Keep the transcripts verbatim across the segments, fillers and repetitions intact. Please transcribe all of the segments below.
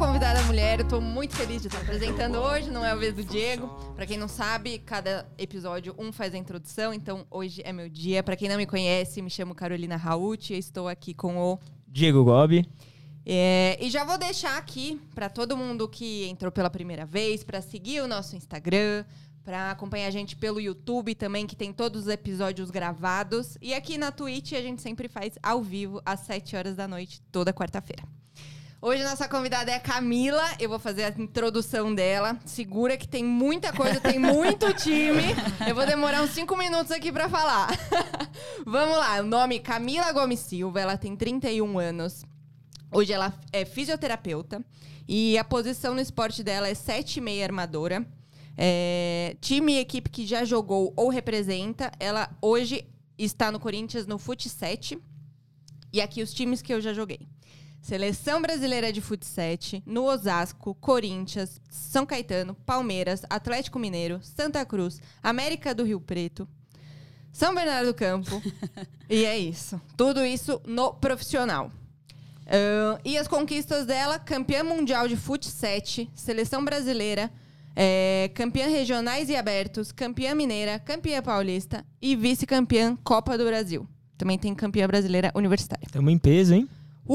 convidada mulher, eu tô muito feliz de estar apresentando hoje, não é a vez do Diego. Pra quem não sabe, cada episódio um faz a introdução, então hoje é meu dia. Pra quem não me conhece, me chamo Carolina Rauti e estou aqui com o... Diego Gobi. É, e já vou deixar aqui pra todo mundo que entrou pela primeira vez, pra seguir o nosso Instagram, pra acompanhar a gente pelo YouTube também, que tem todos os episódios gravados. E aqui na Twitch a gente sempre faz ao vivo, às sete horas da noite, toda quarta-feira. Hoje nossa convidada é a Camila, eu vou fazer a introdução dela. Segura que tem muita coisa, tem muito time. Eu vou demorar uns cinco minutos aqui pra falar. Vamos lá, o nome Camila Gomes Silva, ela tem trinta e um anos. Hoje ela é fisioterapeuta e a posição no esporte dela é sete e meia armadora. É, time e equipe que já jogou ou representa, ela hoje está no Corinthians no Fut sete. E aqui os times que eu já joguei. Seleção Brasileira de Fut sete, no Osasco, Corinthians, São Caetano, Palmeiras, Atlético Mineiro, Santa Cruz, América do Rio Preto, São Bernardo do Campo. E é isso. Tudo isso no profissional. Uh, e as conquistas dela, campeã mundial de Fut sete, Seleção Brasileira, é, campeã regionais e abertos, campeã mineira, campeã paulista e vice-campeã Copa do Brasil. Também tem campeã brasileira universitária. Estamos em peso, hein? Uh!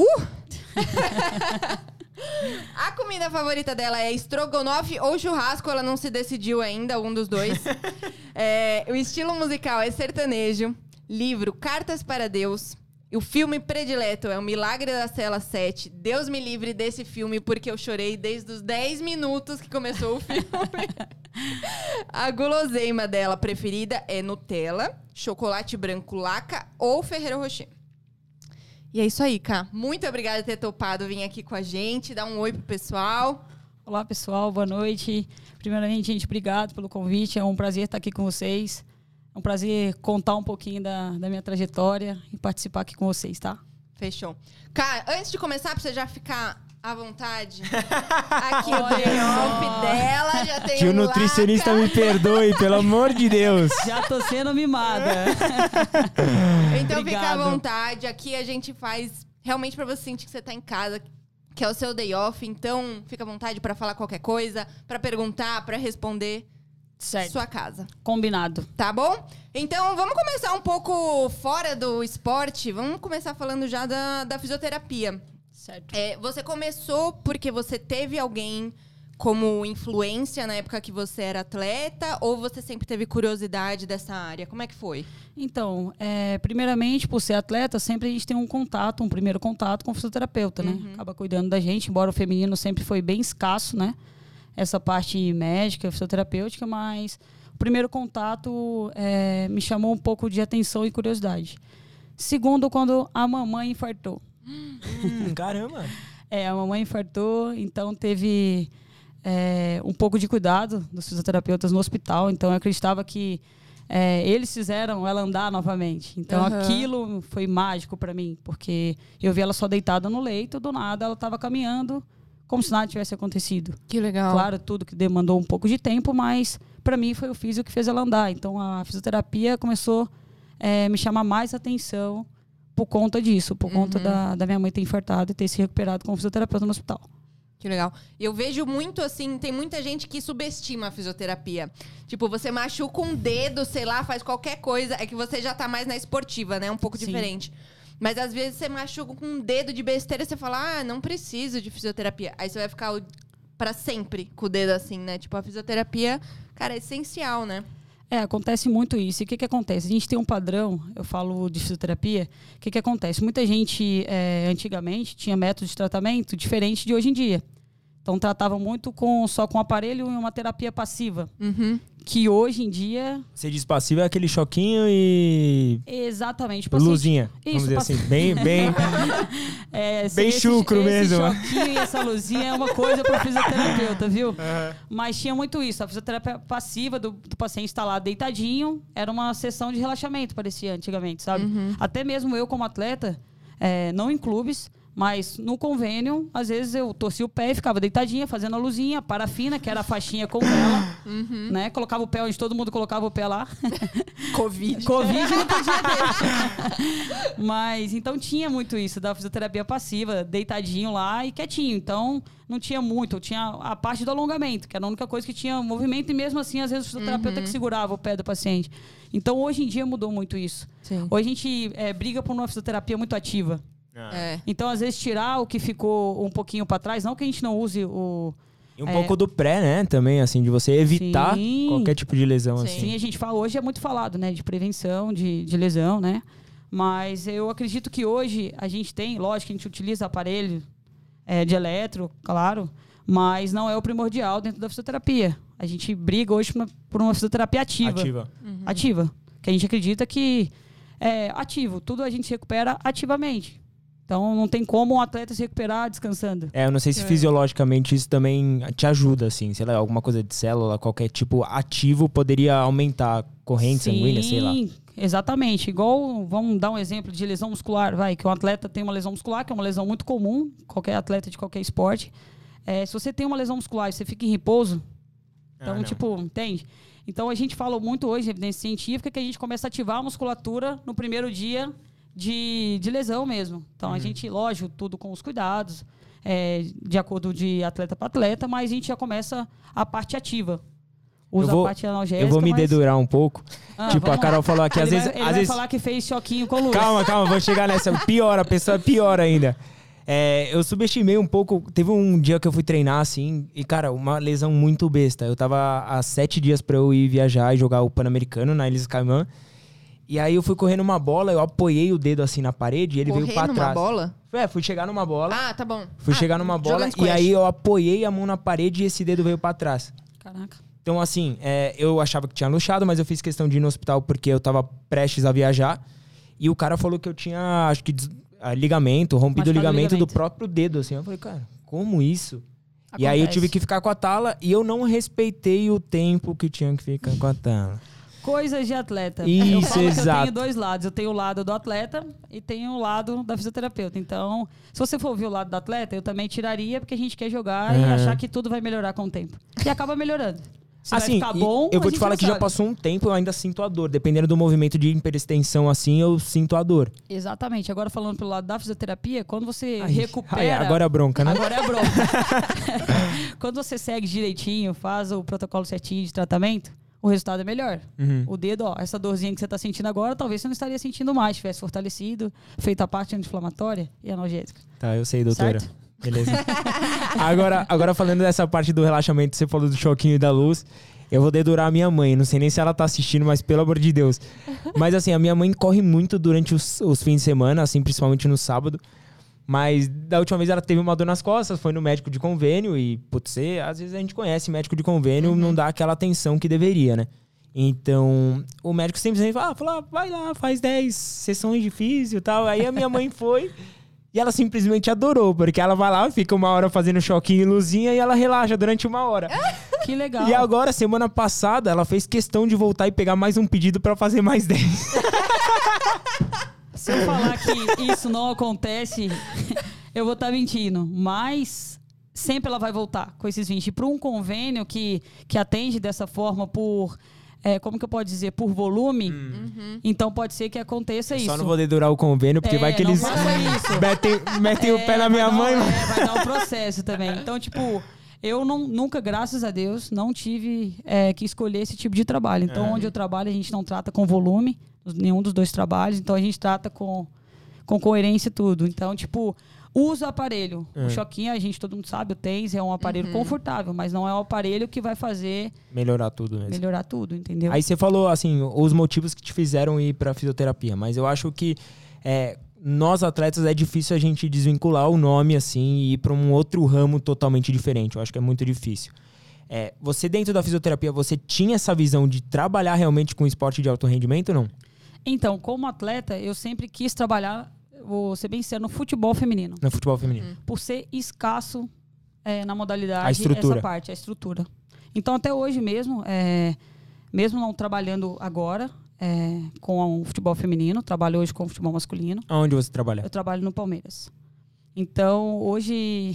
A comida favorita dela é estrogonofe ou churrasco, ela não se decidiu ainda, um dos dois. É, o estilo musical é sertanejo. Livro Cartas para Deus. O filme predileto é O Milagre da Cela sete. Deus me livre desse filme, porque eu chorei desde os dez minutos que começou o filme. A guloseima dela preferida é Nutella, chocolate branco Laca ou Ferrero Rocher. E é isso aí, Cá. Muito obrigada por ter topado vir aqui com a gente. Dá um oi pro pessoal. Olá, pessoal. Boa noite. Primeiramente, gente, obrigado pelo convite. É um prazer estar aqui com vocês. É um prazer contar um pouquinho da, da minha trajetória e participar aqui com vocês, tá? Fechou. Cá, antes de começar, pra você já ficar à vontade, aqui o day-off dela já tem Que um o nutricionista Laca. me perdoe, pelo amor de Deus. Já tô sendo mimada. Então Obrigado. fica à vontade. Aqui a gente faz realmente pra você sentir que você tá em casa, que é o seu day off. Então fica à vontade pra falar qualquer coisa, pra perguntar, pra responder. Certo. Sua casa. Combinado. Tá bom? Então vamos começar um pouco fora do esporte. Vamos começar falando já da, da fisioterapia. Certo. É, você começou porque você teve alguém como influência na época que você era atleta, ou você sempre teve curiosidade dessa área? Como é que foi? Então, é, primeiramente, por ser atleta, sempre a gente tem um contato, um primeiro contato com o fisioterapeuta, né? Uhum. Acaba cuidando da gente, embora o feminino sempre foi bem escasso, né? Essa parte médica, fisioterapêutica, mas o primeiro contato é, me chamou um pouco de atenção e curiosidade. Segundo, quando a mamãe infartou. Hum, caramba. É, a mamãe infartou, então teve é, um pouco de cuidado dos fisioterapeutas no hospital. Então eu acreditava que é, eles fizeram ela andar novamente. Então Uhum. aquilo foi mágico para mim, porque eu vi ela só deitada no leito, do nada ela estava caminhando como se nada tivesse acontecido. Que legal. Claro, tudo que demandou um pouco de tempo, mas para mim foi o físio que fez ela andar. Então a fisioterapia começou a é, me chamar mais atenção por conta disso, por Uhum. conta da, da minha mãe ter infartado e ter se recuperado como fisioterapeuta no hospital. Que legal. Eu vejo muito assim, tem muita gente que subestima a fisioterapia. Tipo, você machuca um dedo, sei lá, faz qualquer coisa. É que você já tá mais na esportiva, né? Um pouco Sim. diferente. Mas às vezes você machuca com um dedo de besteira e você fala, ah, não preciso de fisioterapia. Aí você vai ficar o- pra sempre com o dedo assim, né? Tipo, a fisioterapia, cara, é essencial, né? É, acontece muito isso. E o que que acontece? A gente tem um padrão, eu falo de fisioterapia, o que que acontece? Muita gente, é, antigamente, tinha método de tratamento diferente de hoje em dia. Então, tratava muito com, só com aparelho e uma terapia passiva. Uhum. Que hoje em dia... Você diz passivo é aquele choquinho e Exatamente. o paciente- luzinha. Isso, Vamos dizer paci- assim, bem, bem... É, Bem chucro esse mesmo. Esse choquinho e essa luzinha é uma coisa para o fisioterapeuta, viu? Mas tinha muito isso. A fisioterapia passiva do, do paciente estar lá deitadinho era uma sessão de relaxamento, parecia antigamente, sabe? Uhum. Até mesmo eu como atleta, é, não em clubes, mas no convênio, às vezes eu torcia o pé e ficava deitadinha, fazendo a luzinha, parafina, que era a faixinha com vela. Uhum. né? Colocava o pé onde todo mundo colocava o pé lá. Covid. Covid não podia ter. Mas, então tinha muito isso da fisioterapia passiva, deitadinho lá e quietinho. Então, não tinha muito. Tinha a parte do alongamento, que era a única coisa que tinha movimento. E mesmo assim, às vezes, o fisioterapeuta Uhum. que segurava o pé do paciente. Então, hoje em dia, mudou muito isso. Sim. Hoje a gente é, briga por uma fisioterapia muito ativa. É. Então, às vezes, tirar o que ficou um pouquinho para trás, não que a gente não use o... E um É. pouco do pré, né? Também, assim, de você evitar Sim. qualquer tipo de lesão, Sim. assim. Sim, a gente fala, hoje é muito falado, né, de prevenção, de, de lesão, né? Mas eu acredito que hoje a gente tem, lógico, que a gente utiliza aparelho é, de eletro, claro, mas não é o primordial dentro da fisioterapia. A gente briga hoje por uma, por uma fisioterapia ativa. Ativa. Uhum. Ativa. Que a gente acredita que é ativo, tudo a gente se recupera ativamente. Então não tem como um atleta se recuperar descansando. É, eu não sei se É. fisiologicamente isso também te ajuda, assim. Sei lá, alguma coisa de célula, qualquer tipo ativo poderia aumentar a corrente sanguínea, sei lá. Sim, exatamente. Igual, vamos dar um exemplo de lesão muscular, vai, que um atleta tem uma lesão muscular, que é uma lesão muito comum, qualquer atleta de qualquer esporte. É, se você tem uma lesão muscular e você fica em repouso, então, Ah, não. tipo, entende? Então, a gente fala muito hoje, evidência científica, que a gente começa a ativar a musculatura no primeiro dia de, de lesão mesmo. Então, Uhum. a gente, lógico, tudo com os cuidados, é, de acordo de atleta para atleta, mas a gente já começa a parte ativa. Usa Eu vou- a parte analgésica, Eu vou me mas... dedurar um pouco. Ah, tipo, a vamos Carol lá. falou aqui, às Ele vezes... vai, ele às vai vezes... falar que fez choquinho com luz. Calma, calma, vou chegar nessa. Pior, a pessoa é pior ainda. É, eu subestimei um pouco. Teve um dia que eu fui treinar, assim, e, cara, uma lesão muito besta. Eu tava há sete dias pra eu ir viajar e jogar o Pan-Americano na Ilha Caimã. E aí eu fui correndo uma bola, eu apoiei o dedo assim na parede e ele Correr veio pra numa trás. bola? É, fui chegar numa bola. Ah, tá bom. Fui Ah, chegar numa bola jogando e squash. aí eu apoiei a mão na parede e esse dedo veio pra trás. Caraca. Então, assim, é, eu achava que tinha luxado, mas eu fiz questão de ir no hospital porque eu tava prestes a viajar. E o cara falou que eu tinha, acho que, des- ah, ligamento, rompido o Machucado o ligamento, do ligamento. próprio dedo, assim. Eu falei, cara, como isso? E aí eu Acontece. tive que ficar com a tala e eu não respeitei o tempo que tinha que ficar com a tala. Coisas de atleta. eu Isso, falo que eu exato. tenho dois lados. Eu tenho o lado do atleta e tenho o lado da fisioterapeuta. Então, se você for ouvir o lado do atleta, eu também tiraria, porque a gente quer jogar e Uhum. achar que tudo vai melhorar com o tempo. E acaba melhorando. Se Assim, vai ficar e bom, eu vou a te gente falar não que já sabe. passou um tempo, eu ainda sinto a dor. Dependendo do movimento de hiperextensão, assim, eu sinto a dor. Exatamente. Agora, falando pelo lado da fisioterapia, quando você Ai, recupera... ai, agora é bronca, né? Agora é bronca. Quando você segue direitinho, faz o protocolo certinho de tratamento, o resultado é melhor. Uhum. O dedo, ó, essa dorzinha que você tá sentindo agora, talvez você não estaria sentindo mais, tivesse fortalecido, feito a parte anti-inflamatória e analgésica. Tá, eu sei, doutora. Certo? Beleza. agora, agora, falando dessa parte do relaxamento, você falou do choquinho e da luz. Eu vou dedurar a minha mãe. Não sei nem se ela tá assistindo, mas pelo amor de Deus. Mas assim, a minha mãe corre muito durante os, os fins de semana, assim, principalmente no sábado. Mas da última vez ela teve uma dor nas costas, foi no médico de convênio e, putz, você, às vezes a gente conhece médico de convênio, não dá aquela atenção que deveria, né? Então, o médico simplesmente fala, ah, fala, vai lá, faz dez sessões de físio e tal. Aí a minha mãe foi e ela simplesmente adorou, porque ela vai lá, fica uma hora fazendo choquinho e luzinha e ela relaxa durante uma hora. Que legal. E agora, semana passada, ela fez questão de voltar e pegar mais um pedido pra fazer mais dez. Se eu falar que isso não acontece, eu vou estar mentindo. Mas sempre ela vai voltar com esses vinte. Para um convênio que, que atende dessa forma por... É, como que eu posso dizer? Por volume. Uhum. Então pode ser que aconteça isso. Só não vou dedurar o convênio, porque É, vai que não eles faça isso. metem, metem o É, pé na vai minha dar um- mãe. É, vai dar um processo também. Então, tipo, eu não, nunca, graças a Deus, não tive é, que escolher esse tipo de trabalho. Então, É. onde eu trabalho, a gente não trata com volume, nenhum dos dois trabalhos. Então, a gente trata com, com coerência e tudo. Então, tipo, usa o aparelho. É. O choquinho, a gente, todo mundo sabe, o TENS é um aparelho confortável, mas não é o aparelho que vai fazer Melhorar tudo mesmo. melhorar tudo, entendeu? Aí você falou, assim, os motivos que te fizeram ir pra fisioterapia. Mas eu acho que é, nós, atletas, é difícil a gente desvincular o nome, assim, e ir pra um outro ramo totalmente diferente. Eu acho que é muito difícil. É, você, dentro da fisioterapia, você tinha essa visão de trabalhar realmente com esporte de alto rendimento ou não? Então, como atleta, eu sempre quis trabalhar, vou ser bem sincero, no futebol feminino. No futebol feminino. Por ser escasso é, na modalidade, A estrutura. essa parte, a estrutura. Então, até hoje mesmo, é, mesmo não trabalhando agora é, com o futebol feminino, trabalho hoje com o futebol masculino, Aonde você trabalha? eu trabalho no Palmeiras. Então, hoje...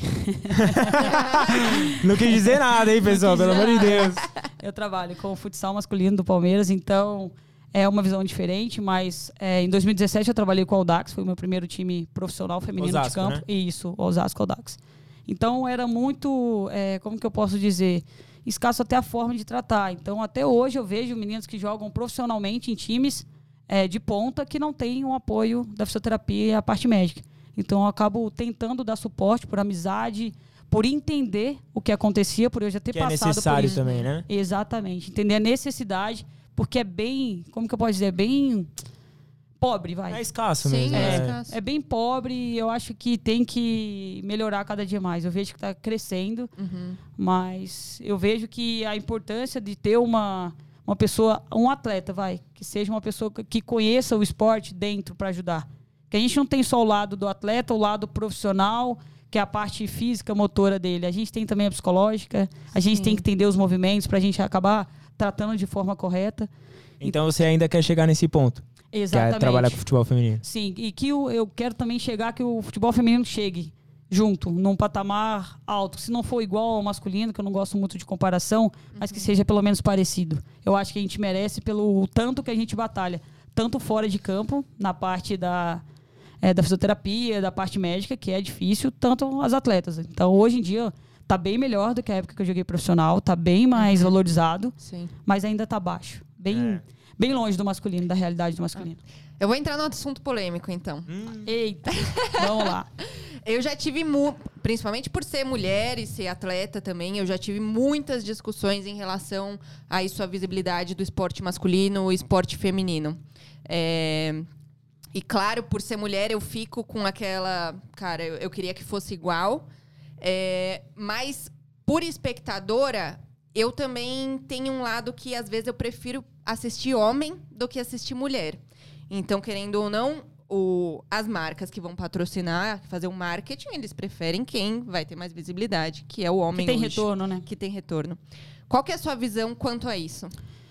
Não quis dizer nada, hein, pessoal? Pelo amor de Deus. Eu trabalho com o futsal masculino do Palmeiras, então é uma visão diferente, mas é, em dois mil e dezessete eu trabalhei com o Audax, foi o meu primeiro time profissional feminino Osasco, de campo. né? Isso, Osasco Audax. Então era muito, é, como que eu posso dizer, escasso até a forma de tratar. Então até hoje eu vejo meninos que jogam profissionalmente em times é, de ponta que não têm o apoio da fisioterapia e a parte médica. Então eu acabo tentando dar suporte por amizade, por entender o que acontecia, por eu já ter Que é passado necessário por isso. também, né? Exatamente. Entender a necessidade, porque é bem, como que eu posso dizer, é bem pobre, vai. É escasso Sim, mesmo. é É. escasso. É bem pobre e eu acho que tem que melhorar cada dia mais. Eu vejo que está crescendo, Uhum. mas eu vejo que a importância de ter uma, uma pessoa, um atleta, vai, que seja uma pessoa que- que conheça o esporte dentro para ajudar. Que a gente não tem só o lado do atleta, o lado profissional, que é a parte física, motora dele. A gente tem também a psicológica, a gente Sim. tem que entender os movimentos para a gente acabar tratando de forma correta. Então você ainda quer chegar nesse ponto, que é Exatamente. trabalhar com futebol feminino. Sim, e que o- eu quero também chegar que o futebol feminino chegue junto, num patamar alto. Se não for igual ao masculino, que eu não gosto muito de comparação, mas que seja pelo menos parecido. Eu acho que a gente merece pelo tanto que a gente batalha, tanto fora de campo, na parte da, é, da fisioterapia, da parte médica, que é difícil, tanto as atletas. Então, hoje em dia, tá bem melhor do que a época que eu joguei profissional, tá bem mais valorizado, Sim. mas ainda tá baixo. Bem, É. bem longe do masculino, da realidade do masculino. Eu vou entrar no assunto polêmico, então. Eita, vamos lá. Eu já tive, mu- principalmente por ser mulher e ser atleta também, eu já tive muitas discussões em relação a isso, a visibilidade do esporte masculino e esporte feminino. É, E claro, por ser mulher, eu fico com aquela... Cara, eu, eu queria que fosse igual. É, Mas, por espectadora, eu também tenho um lado que, às vezes, eu prefiro assistir homem do que assistir mulher. Então, querendo ou não, o, as marcas que vão patrocinar, fazer o marketing, eles preferem quem vai ter mais visibilidade, que é o homem Que tem hoje, retorno, né? que tem retorno. Qual que é a sua visão quanto a isso?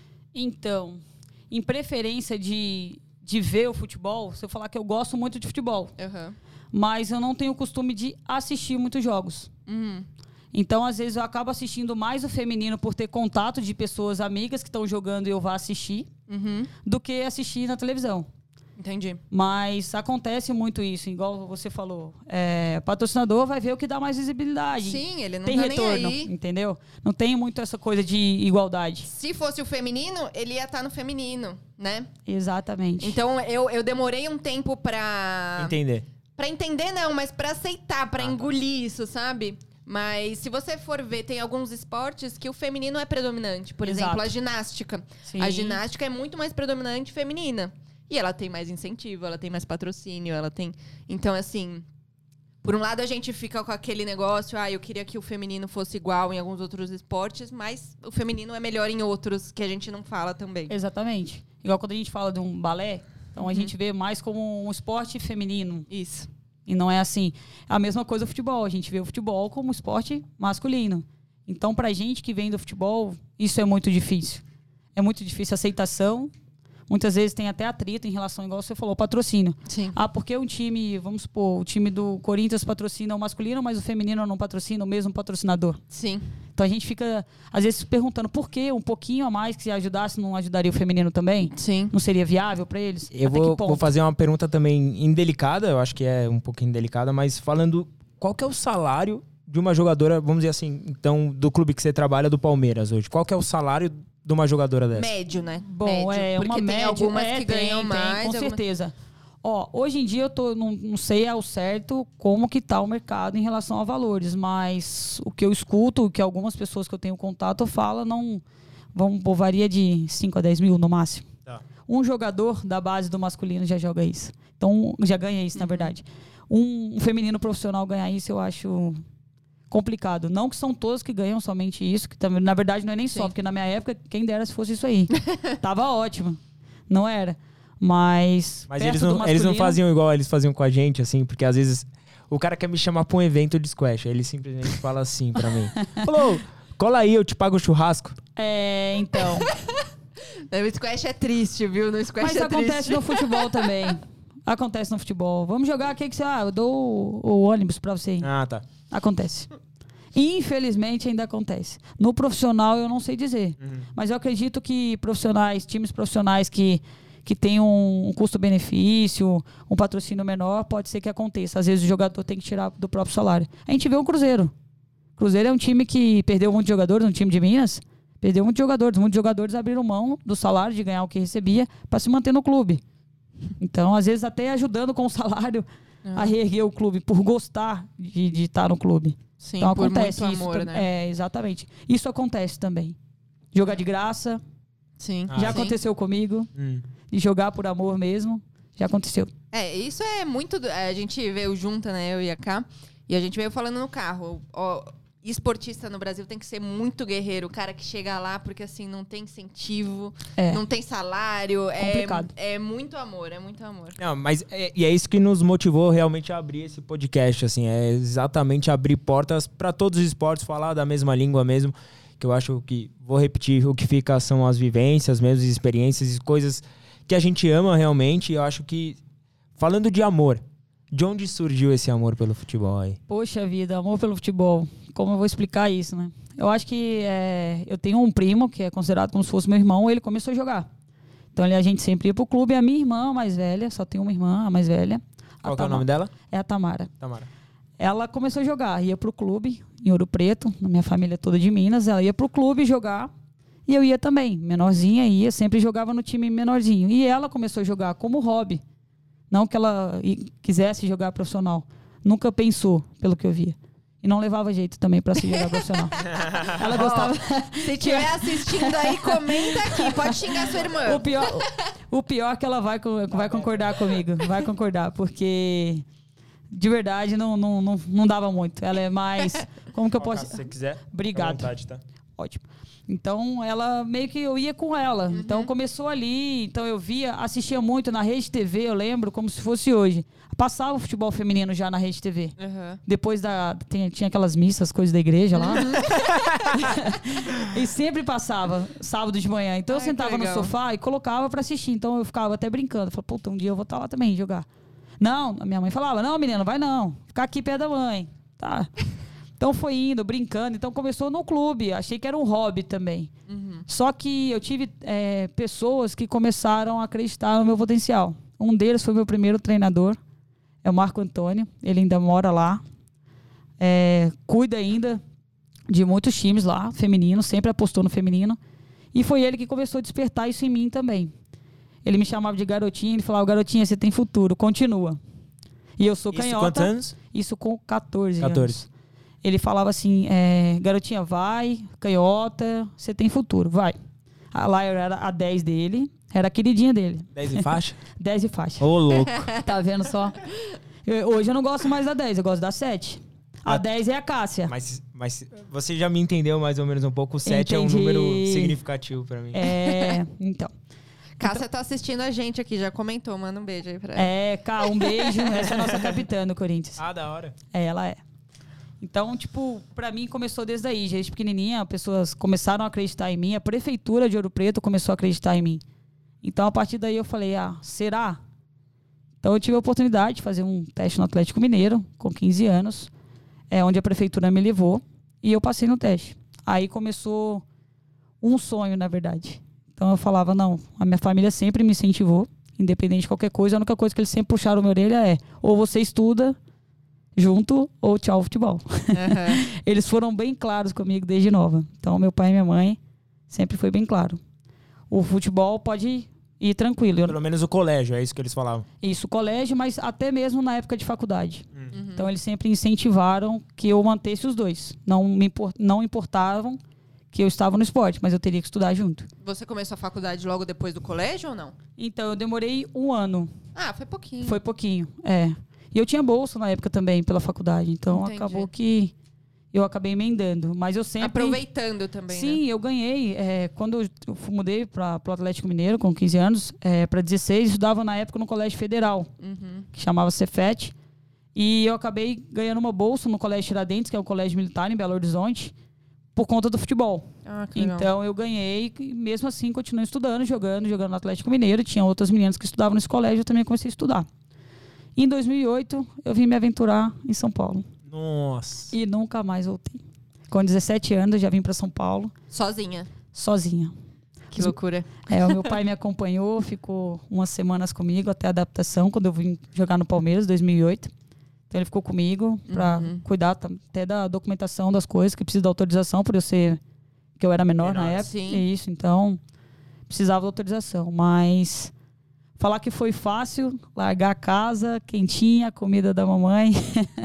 Então, em preferência de, de ver o futebol, se eu falar que eu gosto muito de futebol, Uhum. mas eu não tenho o costume de assistir muitos jogos. Uhum. Então, às vezes, eu acabo assistindo mais o feminino por ter contato de pessoas amigas que estão jogando e eu vá assistir, Uhum. do que assistir na televisão. Entendi. Mas acontece muito isso, igual você falou. É, patrocinador vai ver o que dá mais visibilidade. Sim, ele não tem tá retorno, nem aí. entendeu? Não tem muito essa coisa de igualdade. Se fosse o feminino, ele ia estar no feminino, né? Exatamente. Então, eu, eu demorei um tempo pra... Entender. Pra entender, não, mas pra aceitar, pra Ah, tá. engolir isso, sabe? Mas se você for ver, tem alguns esportes que o feminino é predominante. Por Exato. exemplo, a ginástica. Sim. A ginástica é muito mais predominante feminina. E ela tem mais incentivo, ela tem mais patrocínio, ela tem... Então, assim... Por um lado, a gente fica com aquele negócio... Ah, eu queria que o feminino fosse igual em alguns outros esportes, mas o feminino é melhor em outros que a gente não fala também. Exatamente. Igual quando a gente fala de um balé, então a gente vê mais como um esporte feminino. Isso. E não é assim. A mesma coisa o futebol. A gente vê o futebol como um esporte masculino. Então, pra gente que vem do futebol, isso é muito difícil. É muito difícil a aceitação. Muitas vezes tem até atrito em relação, igual você falou, patrocínio. Sim. Ah, porque um time, vamos supor, o time do Corinthians patrocina o masculino, mas o feminino não patrocina o mesmo patrocinador. Sim. Então a gente fica, às vezes, se perguntando por que um pouquinho a mais que se ajudasse, não ajudaria o feminino também? Sim. Não seria viável para eles? Eu Até vou, que ponto? vou fazer uma pergunta também indelicada, eu acho que é um pouquinho indelicada, mas falando, qual que é o salário de uma jogadora, vamos dizer assim, então, do clube que você trabalha, do Palmeiras hoje? Qual que é o salário de uma jogadora dessa? Médio, né? Bom, Médio. é Porque uma tem média. algumas é, que tem, ganham tem, mais. com algumas- certeza. Ó, hoje em dia eu tô, não, não sei ao certo como que tá o mercado em relação a valores, mas o que eu escuto, o que algumas pessoas que eu tenho contato falam, não vão, pô, varia de cinco a dez mil no máximo. Tá. Um jogador da base do masculino já joga isso. Então, já ganha isso, na verdade. Um, um feminino profissional ganhar isso, eu acho complicado. Não que são todos que ganham somente isso, que também, na verdade não é nem só, Sim. porque na minha época, quem dera se fosse isso aí. Tava ótimo. Não era. Mas. Mas perto eles do não, eles não masculino- faziam igual eles faziam com a gente, assim, porque às vezes o cara quer me chamar pra um evento de squash, aí ele simplesmente fala assim pra mim. Falou, cola aí, eu te pago o churrasco. É, então. O squash é triste, viu? No squash Mas é acontece triste. no futebol também. Acontece no futebol. Vamos jogar, o que que você... Ah, eu dou o, o ônibus pra você ir. Ah, tá. Acontece. Infelizmente ainda acontece. No profissional eu não sei dizer. Uhum. Mas eu acredito que profissionais, times profissionais que, que têm um, um custo-benefício, um patrocínio menor, pode ser que aconteça. Às vezes o jogador tem que tirar do próprio salário. A gente vê o Cruzeiro. O Cruzeiro é um time que perdeu muitos jogadores, um time de Minas. Perdeu muitos jogadores. Muitos jogadores abriram mão do salário, de ganhar o que recebia, para se manter no clube. Então, às vezes, até ajudando com o salário ah. a reerguer o clube, por gostar de, de estar no clube. Sim, então, por acontece muito isso. amor, né? É, exatamente. Isso acontece também. Jogar de graça. Sim. Já ah, aconteceu sim. comigo. Hum. De jogar por amor mesmo. Já aconteceu. É, isso é muito... A gente veio junta, né? Eu e a Ká. E a gente veio falando no carro. Ó... Esportista no Brasil tem que ser muito guerreiro. O cara que chega lá porque, assim, não tem incentivo, é. não tem salário. Complicado. É, é muito amor, é muito amor. Não, mas é, e é isso que nos motivou realmente a abrir esse podcast, assim. É exatamente abrir portas para todos os esportes, falar da mesma língua mesmo. Que eu acho que, vou repetir, o que fica são as vivências mesmo, as experiências e coisas que a gente ama realmente. E eu acho que, falando de amor, de onde surgiu esse amor pelo futebol aí? Poxa vida, amor pelo futebol. Como eu vou explicar isso, né? Eu acho que é, eu tenho um primo que é considerado como se fosse meu irmão, ele começou a jogar. Então a gente sempre ia pro clube, a minha irmã a mais velha, só tem uma irmã, a mais velha. Qual que é o nome dela? É a Tamara. Tamara. Ela começou a jogar, ia pro clube, em Ouro Preto, na minha família toda de Minas, ela ia pro clube jogar e eu ia também, menorzinha, ia, sempre jogava no time menorzinho. E ela começou a jogar como hobby, não que ela quisesse jogar profissional, nunca pensou, pelo que eu via. E não levava jeito também pra se jogar profissional. Ela gostava... Oh, se estiver assistindo aí, comenta aqui. Pode xingar sua irmã. O pior, o pior é que ela vai, vai concordar comigo. Vai concordar, porque... De verdade, não, não, não, não dava muito. Ela é mais... Como que eu posso... Se você quiser. Obrigado. Vontade, tá? Ótimo. Então, ela meio que eu ia com ela. Uhum. Então, começou ali. Então, eu via, assistia muito na Rede T V, eu lembro, como se fosse hoje. Passava o futebol feminino já na Rede T V. Uhum. Depois da... Tinha, tinha aquelas missas, coisas da igreja lá. Uhum. E sempre passava, sábado de manhã. Então, Ai, eu sentava no sofá e colocava pra assistir. Então, eu ficava até brincando. Falei, puta, um dia eu vou estar lá também, jogar. Não, a minha mãe falava, não, menina, vai não. Ficar aqui perto da mãe. Tá. Então foi indo, brincando. Então começou no clube. Achei que era um hobby também. Uhum. Só que eu tive é, pessoas que começaram a acreditar no meu potencial. Um deles foi meu primeiro treinador. É o Marco Antônio. Ele ainda mora lá. É, cuida ainda de muitos times lá, feminino. Sempre apostou no feminino. E foi ele que começou a despertar isso em mim também. Ele me chamava de garotinha. Ele falava, garotinha, você tem futuro. Continua. E eu sou Isso canhota. quantos anos? Isso com catorze, catorze. anos. Ele falava assim, é, garotinha, vai, canhota, você tem futuro, vai. A lá eu era a dez dele, era a queridinha dele. dez e faixa? dez e faixa. Ô, oh, louco. Tá vendo só? Eu, hoje eu não gosto mais da dez, eu gosto da sete. A Ah, dez é a Cássia. Mas, mas você já me entendeu mais ou menos um pouco. O sete Entendi. é um número significativo pra mim. É, então. Cássia tá assistindo a gente aqui, já comentou. Manda um beijo aí pra ela. É, Cá, um beijo. Essa é a nossa capitã no Corinthians. Ah, da hora. É, ela é. Então, tipo, pra mim começou desde aí. Desde pequenininha, pessoas começaram a acreditar em mim. A prefeitura de Ouro Preto começou a acreditar em mim. Então, a partir daí eu falei, ah, será? Então, eu tive a oportunidade de fazer um teste no Atlético Mineiro, com quinze anos, é, onde a prefeitura me levou. E eu passei no teste. Aí começou um sonho, na verdade. Então, eu falava, não, a minha família sempre me incentivou, independente de qualquer coisa. A única coisa que eles sempre puxaram a minha orelha é, ou você estuda junto ou tchau futebol. Uhum. Eles foram bem claros comigo desde nova. Então, meu pai e minha mãe sempre foi bem claro. O futebol pode ir tranquilo. Eu... Pelo menos o colégio, é isso que eles falavam. Isso, colégio, mas até mesmo na época de faculdade. Uhum. Então, eles sempre incentivaram que eu mantesse os dois. Não me import... não importavam que eu estava no esporte, mas eu teria que estudar junto. Você começou a faculdade logo depois do colégio ou não? Então, eu demorei um ano. Ah, foi pouquinho. Foi pouquinho, é. E eu tinha bolsa na época também pela faculdade. Então, Entendi. acabou que eu acabei emendando. Mas eu sempre... Aproveitando também, Sim, né? eu ganhei. É, quando eu mudei para o Atlético Mineiro, com quinze anos, é, para dezesseis, estudava na época no Colégio Federal, Uhum. que chamava Cefet. E eu acabei ganhando uma bolsa no Colégio Tiradentes, que é um colégio militar em Belo Horizonte, por conta do futebol. Ah, que legal. Então, eu ganhei e mesmo assim continuei estudando, jogando, jogando no Atlético Mineiro. Tinha outras meninas que estudavam nesse colégio, eu também comecei a estudar. Em dois mil e oito, eu vim me aventurar em São Paulo. Nossa. E nunca mais voltei. Com dezessete anos, eu já vim para São Paulo. Sozinha? Sozinha. Que loucura. É, o meu pai me acompanhou, ficou umas semanas comigo até a adaptação, quando eu vim jogar no Palmeiras, em dois mil e oito. Então ele ficou comigo para Uhum. cuidar até da documentação das coisas, que precisa da autorização, por eu ser... que eu era menor, Menor, na época. sim. E isso, então precisava da autorização. Mas falar que foi fácil, largar a casa, quentinha, a comida da mamãe,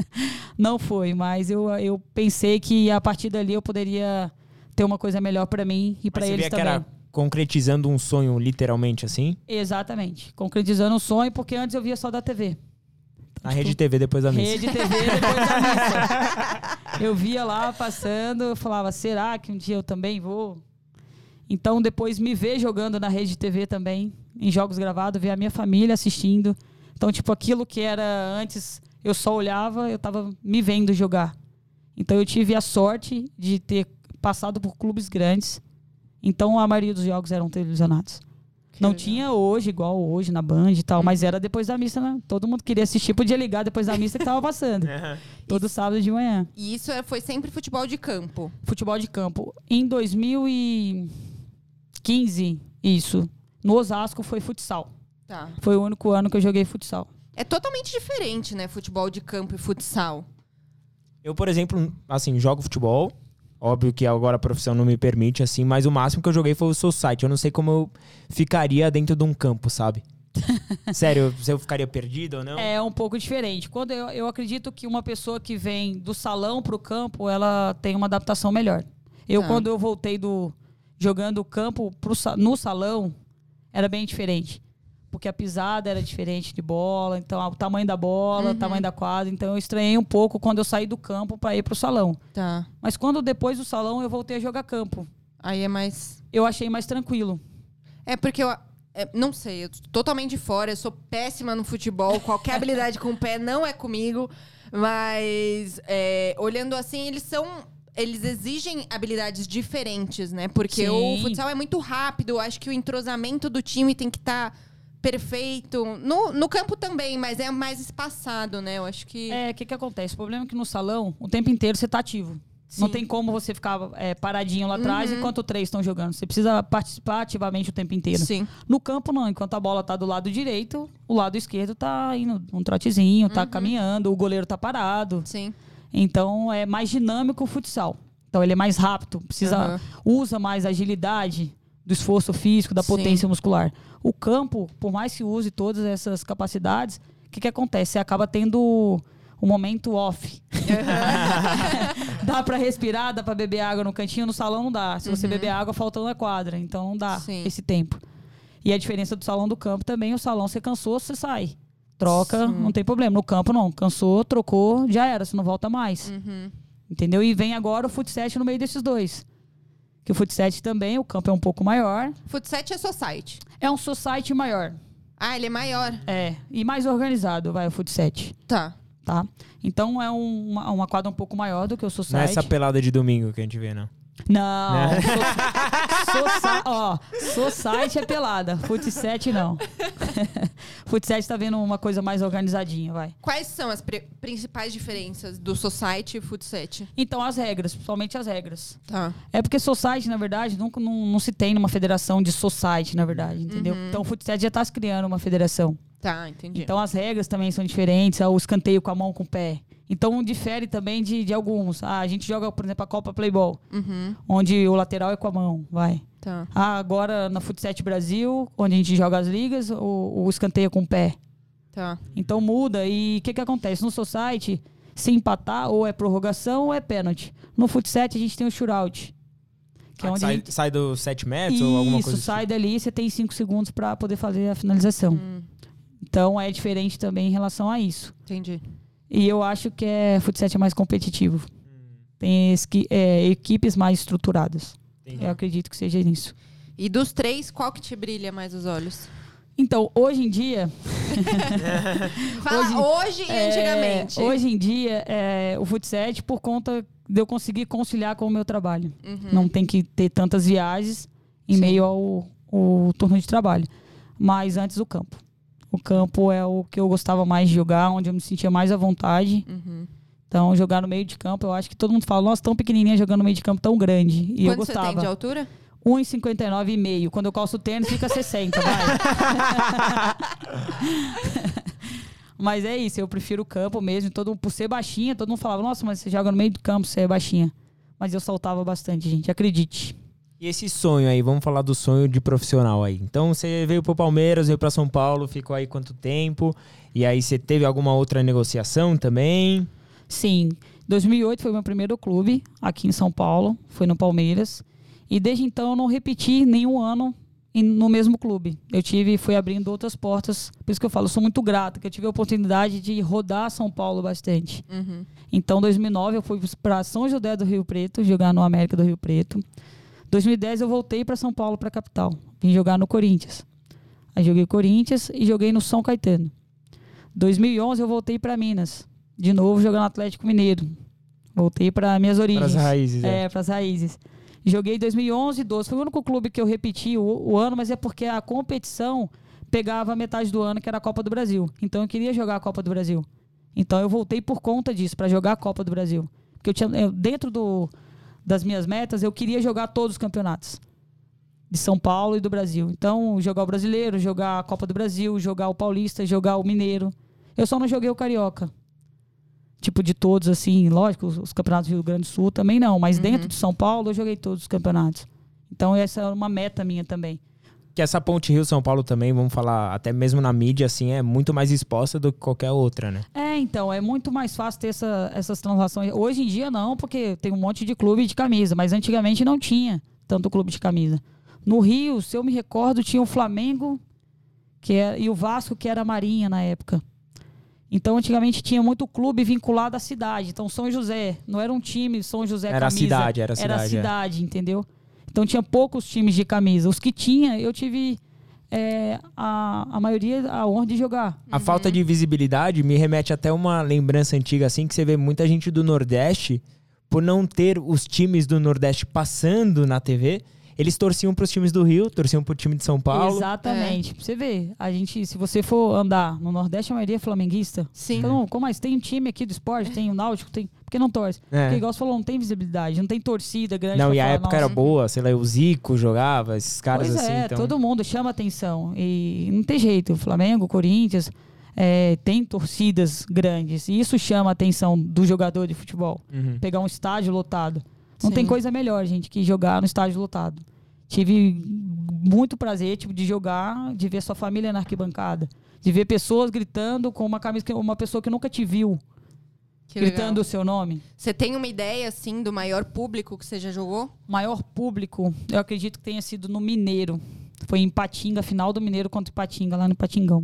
não foi. Mas eu, eu pensei que a partir dali eu poderia ter uma coisa melhor para mim e para Mas você eles via que também. era concretizando um sonho, literalmente, assim? Exatamente. Concretizando o sonho, porque antes eu via só da T V. Na Rede T V, depois da missa. Rede T V depois da missa. Eu via lá passando, eu falava, será que um dia eu também vou? Então, depois me ver jogando na Rede T V também, em jogos gravados, ver a minha família assistindo. Então, tipo, aquilo que era antes, eu só olhava, eu tava me vendo jogar. Então, eu tive a sorte de ter passado por clubes grandes. Então, a maioria dos jogos eram televisionados. Que Não legal. tinha hoje, igual hoje, na Band e tal, mas era depois da missa, né? Todo mundo queria assistir, podia ligar depois da missa que tava passando. Todo sábado de manhã. E isso é- foi sempre futebol de campo. Futebol de campo. Em dois mil e quinze, isso, no Osasco foi futsal. Tá. Foi o único ano que eu joguei futsal. É totalmente diferente, né? Futebol de campo e futsal. Eu, por exemplo, assim, jogo futebol. Óbvio que agora a profissão não me permite, assim, mas o máximo que eu joguei foi o society. Eu não sei como eu ficaria dentro de um campo, sabe? Sério, se eu ficaria perdido ou não? É um pouco diferente. Quando eu, eu acredito que uma pessoa que vem do salão pro campo, ela tem uma adaptação melhor. Eu, Tá. quando eu voltei do jogando o campo pro, sa- no salão, era bem diferente. Porque a pisada era diferente de bola, então o tamanho da bola, Uhum. o tamanho da quadra. Então eu estranhei um pouco quando eu saí do campo para ir pro salão. Tá. Mas quando depois do salão eu voltei a jogar campo, Aí é mais... eu achei mais tranquilo. É porque eu... é, não sei, eu tô totalmente de fora. Eu sou péssima no futebol. Qualquer habilidade com o pé não é comigo. Mas, é, olhando assim, eles são... Eles exigem habilidades diferentes, né? Porque Sim. o futsal é muito rápido. Eu acho que o entrosamento do time tem que estar perfeito. No, no campo também, mas é mais espaçado, né? Eu acho que... É, o que que acontece? O problema é que no salão, o tempo inteiro você tá ativo. Não Sim. tem como você ficar é, paradinho lá atrás Uhum. enquanto três estão jogando. Você precisa participar ativamente o tempo inteiro. Sim. No campo, não. Enquanto a bola tá do lado direito, o lado esquerdo tá indo um trotezinho, tá caminhando, o goleiro tá parado. Sim. Então, é mais dinâmico o futsal. Então, ele é mais rápido, precisa, Aham. usa mais agilidade do esforço físico, da Sim. potência muscular. O campo, por mais que use todas essas capacidades, o que, que acontece? Você acaba tendo um momento off. Dá pra respirar, dá pra beber água no cantinho, no salão não dá. Se você beber água, faltando a quadra. Então, não dá Sim. esse tempo. E a diferença do salão do campo também, o salão você cansou, você sai. Troca, Sim. não tem problema. No campo, não. Cansou, trocou, já era, você não volta mais. Uhum. Entendeu? E vem agora o futsal no meio desses dois. Que o futsal também, o campo é um pouco maior. Futsal é society. É um society maior. Ah, ele é maior. É. E mais organizado, vai, o futsal. Tá. Tá? Então é um- uma, uma quadra um pouco maior do que o Não é society. essa pelada de domingo que a gente vê, não. Não. Né? So, soci- ó, society é pelada. Futsal não. Futsal tá vendo uma coisa mais organizadinha, vai. Quais são as pri- principais diferenças do society e futsal? Então, as regras, principalmente as regras. Tá. É porque society, na verdade, nunca, não, não se tem numa federação de society, na verdade, entendeu? Então, o futsal já está se criando uma federação. Tá, entendi. Então, as regras também são diferentes. O escanteio com a mão, com o pé. Então, difere também de, de alguns. Ah, a gente joga, por exemplo, a Copa Playball, Uhum. onde o lateral é com a mão, vai. Tá. Ah, agora na Futsal Brasil, onde a gente joga as ligas, o, o escanteio é com o pé. Tá. Então muda. E o que, que acontece? No society, se empatar, ou é prorrogação ou é pênalti. No futsal a gente tem o shootout. Que é Ah, onde sai, a gente... sai dos sete metros ou alguma Isso, coisa sai assim? dali, você tem cinco segundos para poder fazer a finalização. Hum, Então é diferente também em relação a isso. entendi. E eu acho que é futsal é mais competitivo. Tem esqui- é, equipes mais estruturadas. Entendi. Eu acredito que seja isso. E dos três, qual que te brilha mais os olhos? Então, hoje em dia, Fala hoje, Hoje- e é, antigamente. hoje em dia, é, o futsal, por conta de eu conseguir conciliar com o meu trabalho. Uhum. Não tem que ter tantas viagens em Sim. meio ao, ao turno de trabalho. Mas antes o campo. O campo é o que eu gostava mais de jogar, onde eu me sentia mais à vontade. Uhum. Então, jogar no meio de campo, eu acho que todo mundo fala, nossa, tão pequenininha jogando no meio de campo tão grande. E eu Quanto gostava. você tem de altura? um e cinquenta e nove e meio. Quando eu calço o tênis, fica sessenta, vai. Mas é isso, eu prefiro o campo mesmo. Todo, por ser baixinha, todo mundo falava, nossa, mas você joga no meio do campo, você é baixinha. Mas eu saltava bastante, gente, acredite. E esse sonho aí, vamos falar do sonho de profissional aí. Então você veio pro Palmeiras, veio pra São Paulo, ficou aí quanto tempo? E aí você teve alguma outra negociação também? Sim, dois mil e oito foi meu primeiro clube aqui em São Paulo, foi no Palmeiras. E desde então eu não repeti nenhum ano no mesmo clube. Eu tive, fui abrindo outras portas. Por isso que eu falo, eu sou muito grata, que eu tive a oportunidade de rodar São Paulo bastante. Uhum. Então, em dois mil e nove eu fui para São José do Rio Preto, jogar no América do Rio Preto. dois mil e dez eu voltei para São Paulo, para a capital. Vim jogar no Corinthians. Aí joguei Corinthians e joguei no São Caetano. dois mil e onze eu voltei para Minas. De novo jogando Atlético Mineiro. Voltei para minhas origens. Para as raízes, é. É, para as raízes. Joguei em dois mil e onze e doze. Foi o único clube que eu repeti o, o ano, mas é porque a competição pegava metade do ano, que era a Copa do Brasil. Então eu queria jogar a Copa do Brasil. Então eu voltei por conta disso, para jogar a Copa do Brasil. Porque eu tinha, eu, dentro do, das minhas metas, eu queria jogar todos os campeonatos. De São Paulo e do Brasil. Então, jogar o Brasileiro, jogar a Copa do Brasil, jogar o Paulista, jogar o Mineiro. Eu só não joguei o Carioca. Tipo, de todos, assim, lógico, os, os campeonatos do Rio Grande do Sul também não, mas uhum. dentro de São Paulo eu joguei todos os campeonatos. Então essa é uma meta minha também. Que essa ponte Rio-São Paulo também, vamos falar, até mesmo na mídia, assim, é muito mais exposta do que qualquer outra, né? É, então, é muito mais fácil ter essa, essas transações. Hoje em dia não, porque tem um monte de clube de camisa, mas antigamente não tinha tanto clube de camisa. No Rio, se eu me recordo, tinha o Flamengo que é, e o Vasco, que era a Marinha na época. Então, antigamente tinha muito clube vinculado à cidade. Então, São José, não era um time São José era camisa. A cidade, era a cidade, era a cidade, é. Entendeu? Então, tinha poucos times de camisa. Os que tinha, eu tive é, a, a maioria a honra de jogar. A uhum. falta de visibilidade me remete até uma lembrança antiga, assim, que você vê muita gente do Nordeste, por não ter os times do Nordeste passando na T V, eles torciam para os times do Rio, torciam para o time de São Paulo. Exatamente. É. Pra você ver, a gente, se você for andar no Nordeste, a maioria é flamenguista. Sim. Então, como mais tem um time aqui do esporte, tem o Náutico, tem... Por que não torce? É. Porque, igual você falou, não tem visibilidade, não tem torcida grande. Não, e falar, a época nossa, era boa, sei lá, o Zico jogava, esses caras pois assim. é, então... todo mundo chama atenção. E não tem jeito, o Flamengo, o Corinthians, é, tem torcidas grandes. E isso chama a atenção do jogador de futebol. Uhum. Pegar um estádio lotado. Não Sim. tem coisa melhor, gente, que jogar no estádio lotado. Tive muito prazer tipo, de jogar, de ver sua família na arquibancada, de ver pessoas gritando com uma camisa, uma pessoa que nunca te viu, que gritando legal. O seu nome. Você tem uma ideia, assim, do maior público que você já jogou? Maior público, eu acredito que tenha sido no Mineiro. Foi em Patinga, final do Mineiro contra o Patinga, lá no Patingão.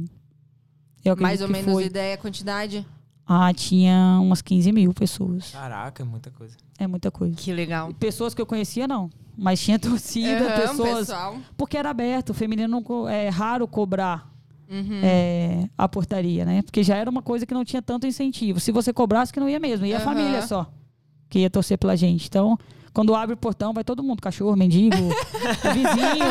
Eu Mais ou que menos foi. ideia, quantidade? Ah, tinha umas quinze mil pessoas. Caraca, é muita coisa. É muita coisa. Que legal. Pessoas que eu conhecia, não. Mas tinha torcida, Uhum, pessoas... pessoal. Porque era aberto, o feminino não co- é raro cobrar Uhum. é, a portaria, né? Porque já era uma coisa que não tinha tanto incentivo. Se você cobrasse, que não ia mesmo. Ia Uhum. a família só, que ia torcer pela gente. Então, quando abre o portão, vai todo mundo. Cachorro, mendigo, vizinho.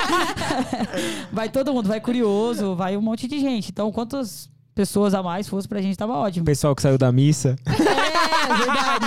Vai todo mundo, vai curioso, vai um monte de gente. Então, quantas pessoas a mais fosse pra gente, tava O ótimo. pessoal que saiu da missa. É, verdade.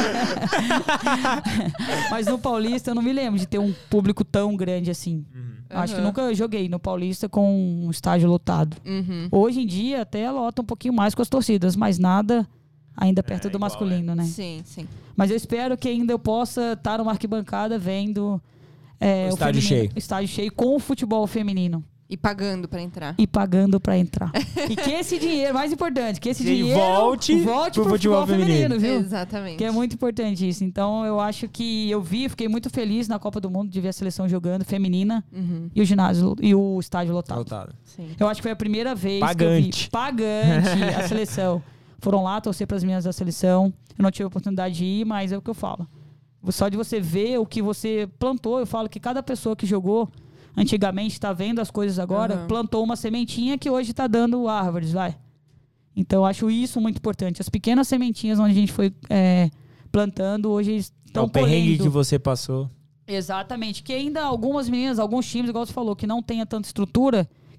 Mas no Paulista eu não me lembro de ter um público tão grande assim. Uhum. Acho que Uhum. nunca joguei no Paulista com um estádio lotado. Uhum. Hoje em dia até lota um pouquinho mais com as torcidas, mas nada ainda perto É, do igual, masculino, né? Sim, sim. Mas eu espero que ainda eu possa estar numa arquibancada vendo é, O estádio feminino- cheio. estádio cheio com o futebol feminino. E pagando pra entrar. E pagando pra entrar. E que esse dinheiro, mais importante, que esse Que dinheiro volte volte pro pro futebol futebol feminino, viu? Exatamente. Que é muito importante isso. Então, eu acho que eu vi, fiquei muito feliz na Copa do Mundo de ver a seleção jogando feminina Uhum. e o ginásio e o estádio lotado. Lotado. Sim. Eu acho que foi a primeira vez Pagante. que eu vi pagante a seleção. Foram lá torcer para as meninas da seleção. Eu não tive a oportunidade de ir, mas é o que eu falo. Só de você ver o que você plantou, eu falo que cada pessoa que jogou antigamente está vendo as coisas agora, Uhum. plantou uma sementinha que hoje está dando árvores, vai. Então, eu acho isso muito importante. As pequenas sementinhas onde a gente foi é, plantando, hoje estão o perrengue colhendo. que você passou. Exatamente. Que ainda algumas meninas, alguns times, igual você falou, que não tenha tanta estrutura,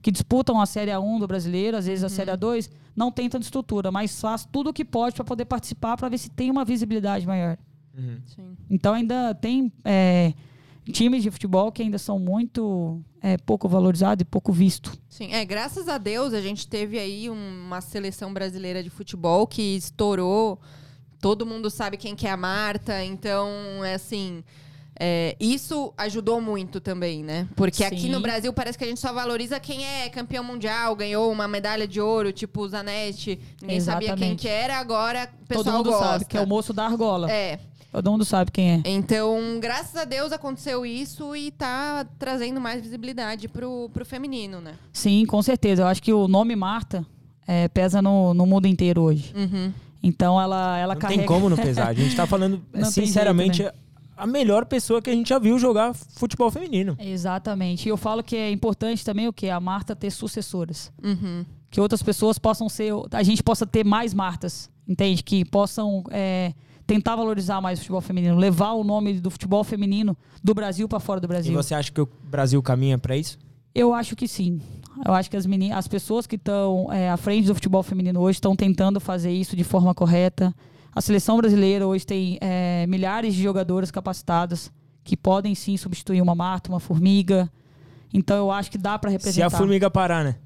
que disputam a Série A um do brasileiro, às vezes a Uhum. Série A dois, não tem tanta estrutura, mas faz tudo o que pode para poder participar, para ver se tem uma visibilidade maior. Uhum. Sim. Então ainda tem é, times de futebol que ainda são muito é, pouco valorizados e pouco vistos. Sim, é, graças a Deus a gente teve aí uma seleção brasileira de futebol que estourou. Todo mundo sabe quem que é a Marta, então, é assim, é, isso ajudou muito também, né? Porque Sim. aqui no Brasil parece que a gente só valoriza quem é campeão mundial, ganhou uma medalha de ouro, tipo o Zanetti. Ninguém sabia quem Exatamente. que era, agora o pessoal Todo mundo gosta. sabe que é o moço da argola. É, Todo mundo sabe quem é. então, graças a Deus aconteceu isso e tá trazendo mais visibilidade pro, pro feminino, né? Sim, com certeza. Eu acho que o nome Marta é, pesa no, no mundo inteiro hoje. Uhum. Então ela, ela Não carrega... tem como não pesar. A gente tá falando, Não tem sinceramente, jeito, a melhor pessoa que a gente já viu jogar futebol feminino. Exatamente. E eu falo que é importante também o quê? A Marta ter sucessoras. Uhum. Que outras pessoas possam ser... A gente possa ter mais Martas, entende? Que possam é, tentar valorizar mais o futebol feminino. Levar o nome do futebol feminino do Brasil para fora do E Brasil. você acha que o Brasil caminha pra isso? Eu acho que sim. Eu acho que as, meni- as pessoas que estão é, à frente do futebol feminino hoje estão tentando fazer isso de forma correta. A seleção brasileira hoje tem é, milhares de jogadoras capacitadas que podem sim substituir uma Marta, uma Formiga. Então eu acho que dá para Se representar. a formiga parar, né?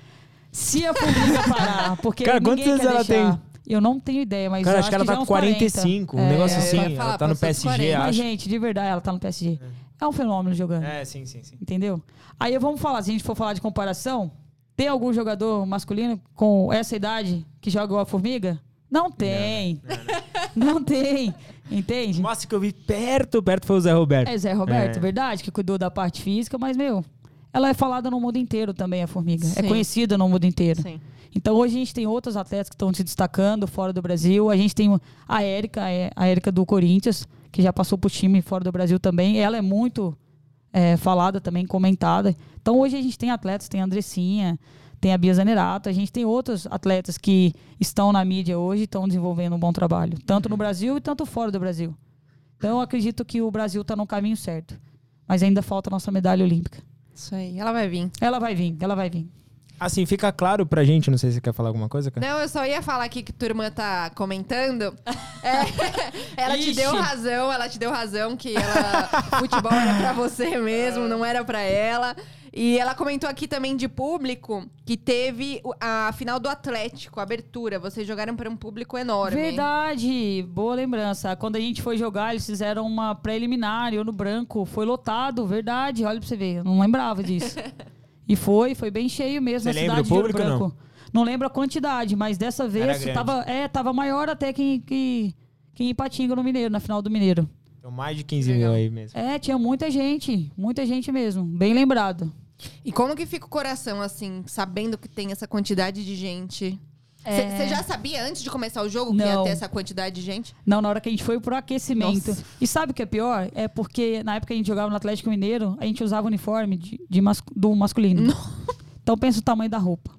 Se a Formiga parar, porque Cara, quantos ninguém anos quer ela deixar. tem? Eu não tenho ideia, mas Cara, eu acho que ela já tá é com uns quarenta e cinco, um É, negócio eu assim. ia falar, Ela tá no passou dos P S G, quarenta. Mas, acho. gente, de verdade, ela tá no P S G. É um fenômeno jogando. É, sim, sim, sim. Entendeu? Aí vamos falar, se a gente for falar de comparação, tem algum jogador masculino com essa idade que joga igual a Formiga? Não tem. Não, não tem. Entende? O máximo que eu vi perto, perto foi o Zé Roberto. É Zé Roberto, É. verdade, que cuidou da parte física, mas, meu, ela é falada no mundo inteiro também, a Formiga. É Sim. conhecida no mundo inteiro. Sim. Então hoje a gente tem outros atletas que estão se destacando fora do Brasil. A gente tem a Érica, a Érica do Corinthians, que já passou por time fora do Brasil também. Ela é muito é, falada também, comentada. Então hoje a gente tem atletas, tem a Andressinha, tem a Bia Zanerato, a gente tem outros atletas que estão na mídia hoje e estão desenvolvendo um bom trabalho, tanto no Brasil e tanto fora do Brasil. Então eu acredito que o Brasil está no caminho certo, mas ainda falta a nossa medalha olímpica. Isso aí, ela vai vir. Ela vai vir, ela vai vir. Assim, fica claro pra gente, não sei se você quer falar alguma coisa, cara. Não, eu só ia falar aqui que tua irmã tá comentando. É, ela te Ixi. deu razão, ela te deu razão que ela, futebol era pra você mesmo, não era pra ela. E ela comentou aqui também de público que teve o- a final do Atlético, a abertura. Vocês jogaram para um público enorme. Verdade, boa lembrança. Quando a gente foi jogar, eles fizeram uma preliminar, eu no branco, foi lotado, verdade. Olha pra você ver, eu não lembrava disso. E foi, foi bem cheio mesmo Você na lembra cidade o de Ouro público, Branco. Não? Não lembro a quantidade, mas dessa Era vez grande. tava, é, tava maior até que, que, que em Ipatinga no Mineiro, na final do Mineiro. Então mais de quinze Legal. mil aí mesmo. É, tinha muita gente, muita gente mesmo, bem lembrado. E como que fica o coração, assim, sabendo que tem essa quantidade de gente? Você É. já sabia antes de começar o jogo que ia Não. ter essa quantidade de gente? Não, na hora que a gente foi pro aquecimento. Nossa. E sabe o que é pior? É porque na época que a gente jogava no Atlético Mineiro, a gente usava uniforme de, de mas- do masculino. Então pensa o tamanho da roupa.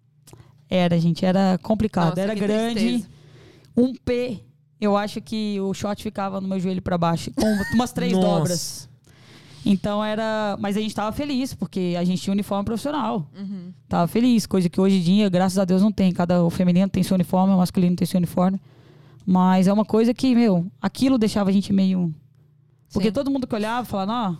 Era, gente, era complicado. Nossa, era que grande. tristeza. Um P, eu acho que o short ficava no meu joelho pra baixo. Com umas três Nossa. dobras. Então era... Mas a gente tava feliz, porque a gente tinha uniforme profissional. Uhum. Tava feliz, coisa que hoje em dia, graças a Deus, não tem. Cada o feminino tem seu uniforme, o masculino tem seu uniforme. Mas é uma coisa que, meu, aquilo deixava a gente meio... Porque Sim. todo mundo que olhava falava, não,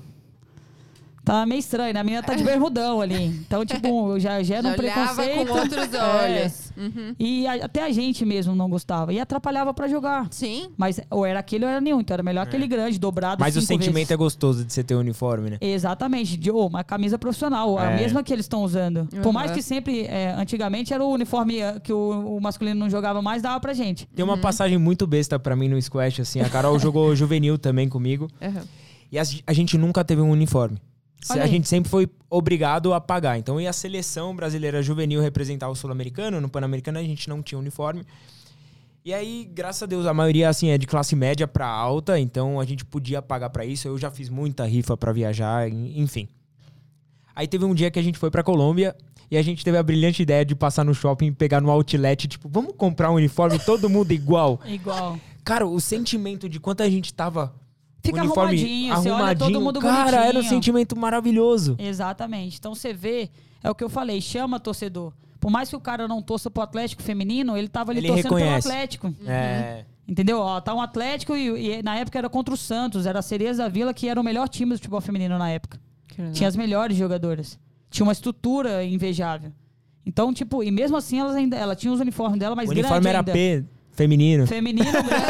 tá meio estranho, né? A menina tá de bermudão ali. Então, tipo, já gera Já um olhava preconceito. com outros É. olhos. Uhum. E a- até a gente mesmo não gostava. E atrapalhava pra jogar. Sim. Mas ou era aquele ou era nenhum. Então era melhor aquele grande, dobrado Mas o cinco sentimento vezes. é gostoso de você ter o uniforme, né? Exatamente, de oh, uma camisa profissional, a É. mesma que eles estão usando. Por Uhum. mais que sempre, é, antigamente, era o uniforme eh, que o, o masculino não jogava mais, dava pra gente. Tem uma passagem muito besta pra mim no squash, assim. A Carol jogou juvenil também comigo. Uhum. E a, a gente nunca teve um uniforme. Olha A aí. gente sempre foi obrigado a pagar. Então ia a seleção brasileira juvenil representar o sul-americano. No Pan-Americano a gente não tinha uniforme. E aí, graças a Deus, a maioria assim é de classe média pra alta. Então a gente podia pagar pra isso. Eu já fiz muita rifa pra viajar, en- enfim. Aí teve um dia que a gente foi pra Colômbia e a gente teve a brilhante ideia de passar no shopping e pegar no outlet. Tipo, vamos comprar um uniforme todo mundo igual. Igual. Cara, o sentimento de quanto a gente tava... Fica uniforme arrumadinho, você olha todo mundo cara, era um bonitinho. sentimento maravilhoso. Exatamente. Então você vê É o que eu falei, chama torcedor. Por mais que o cara não torça pro Atlético feminino, ele tava ali Ele torcendo reconhece. pelo Atlético. É. Entendeu? Ó, tá um Atlético e, e na época era contra o Santos, era a Sereias da Vila, que era o melhor time do futebol feminino na época. Tinha as melhores jogadoras. Tinha uma estrutura invejável. Então, tipo, e mesmo assim ela ainda, ela tinha os uniformes dela, mas O uniforme era ainda. P, feminino. Feminino,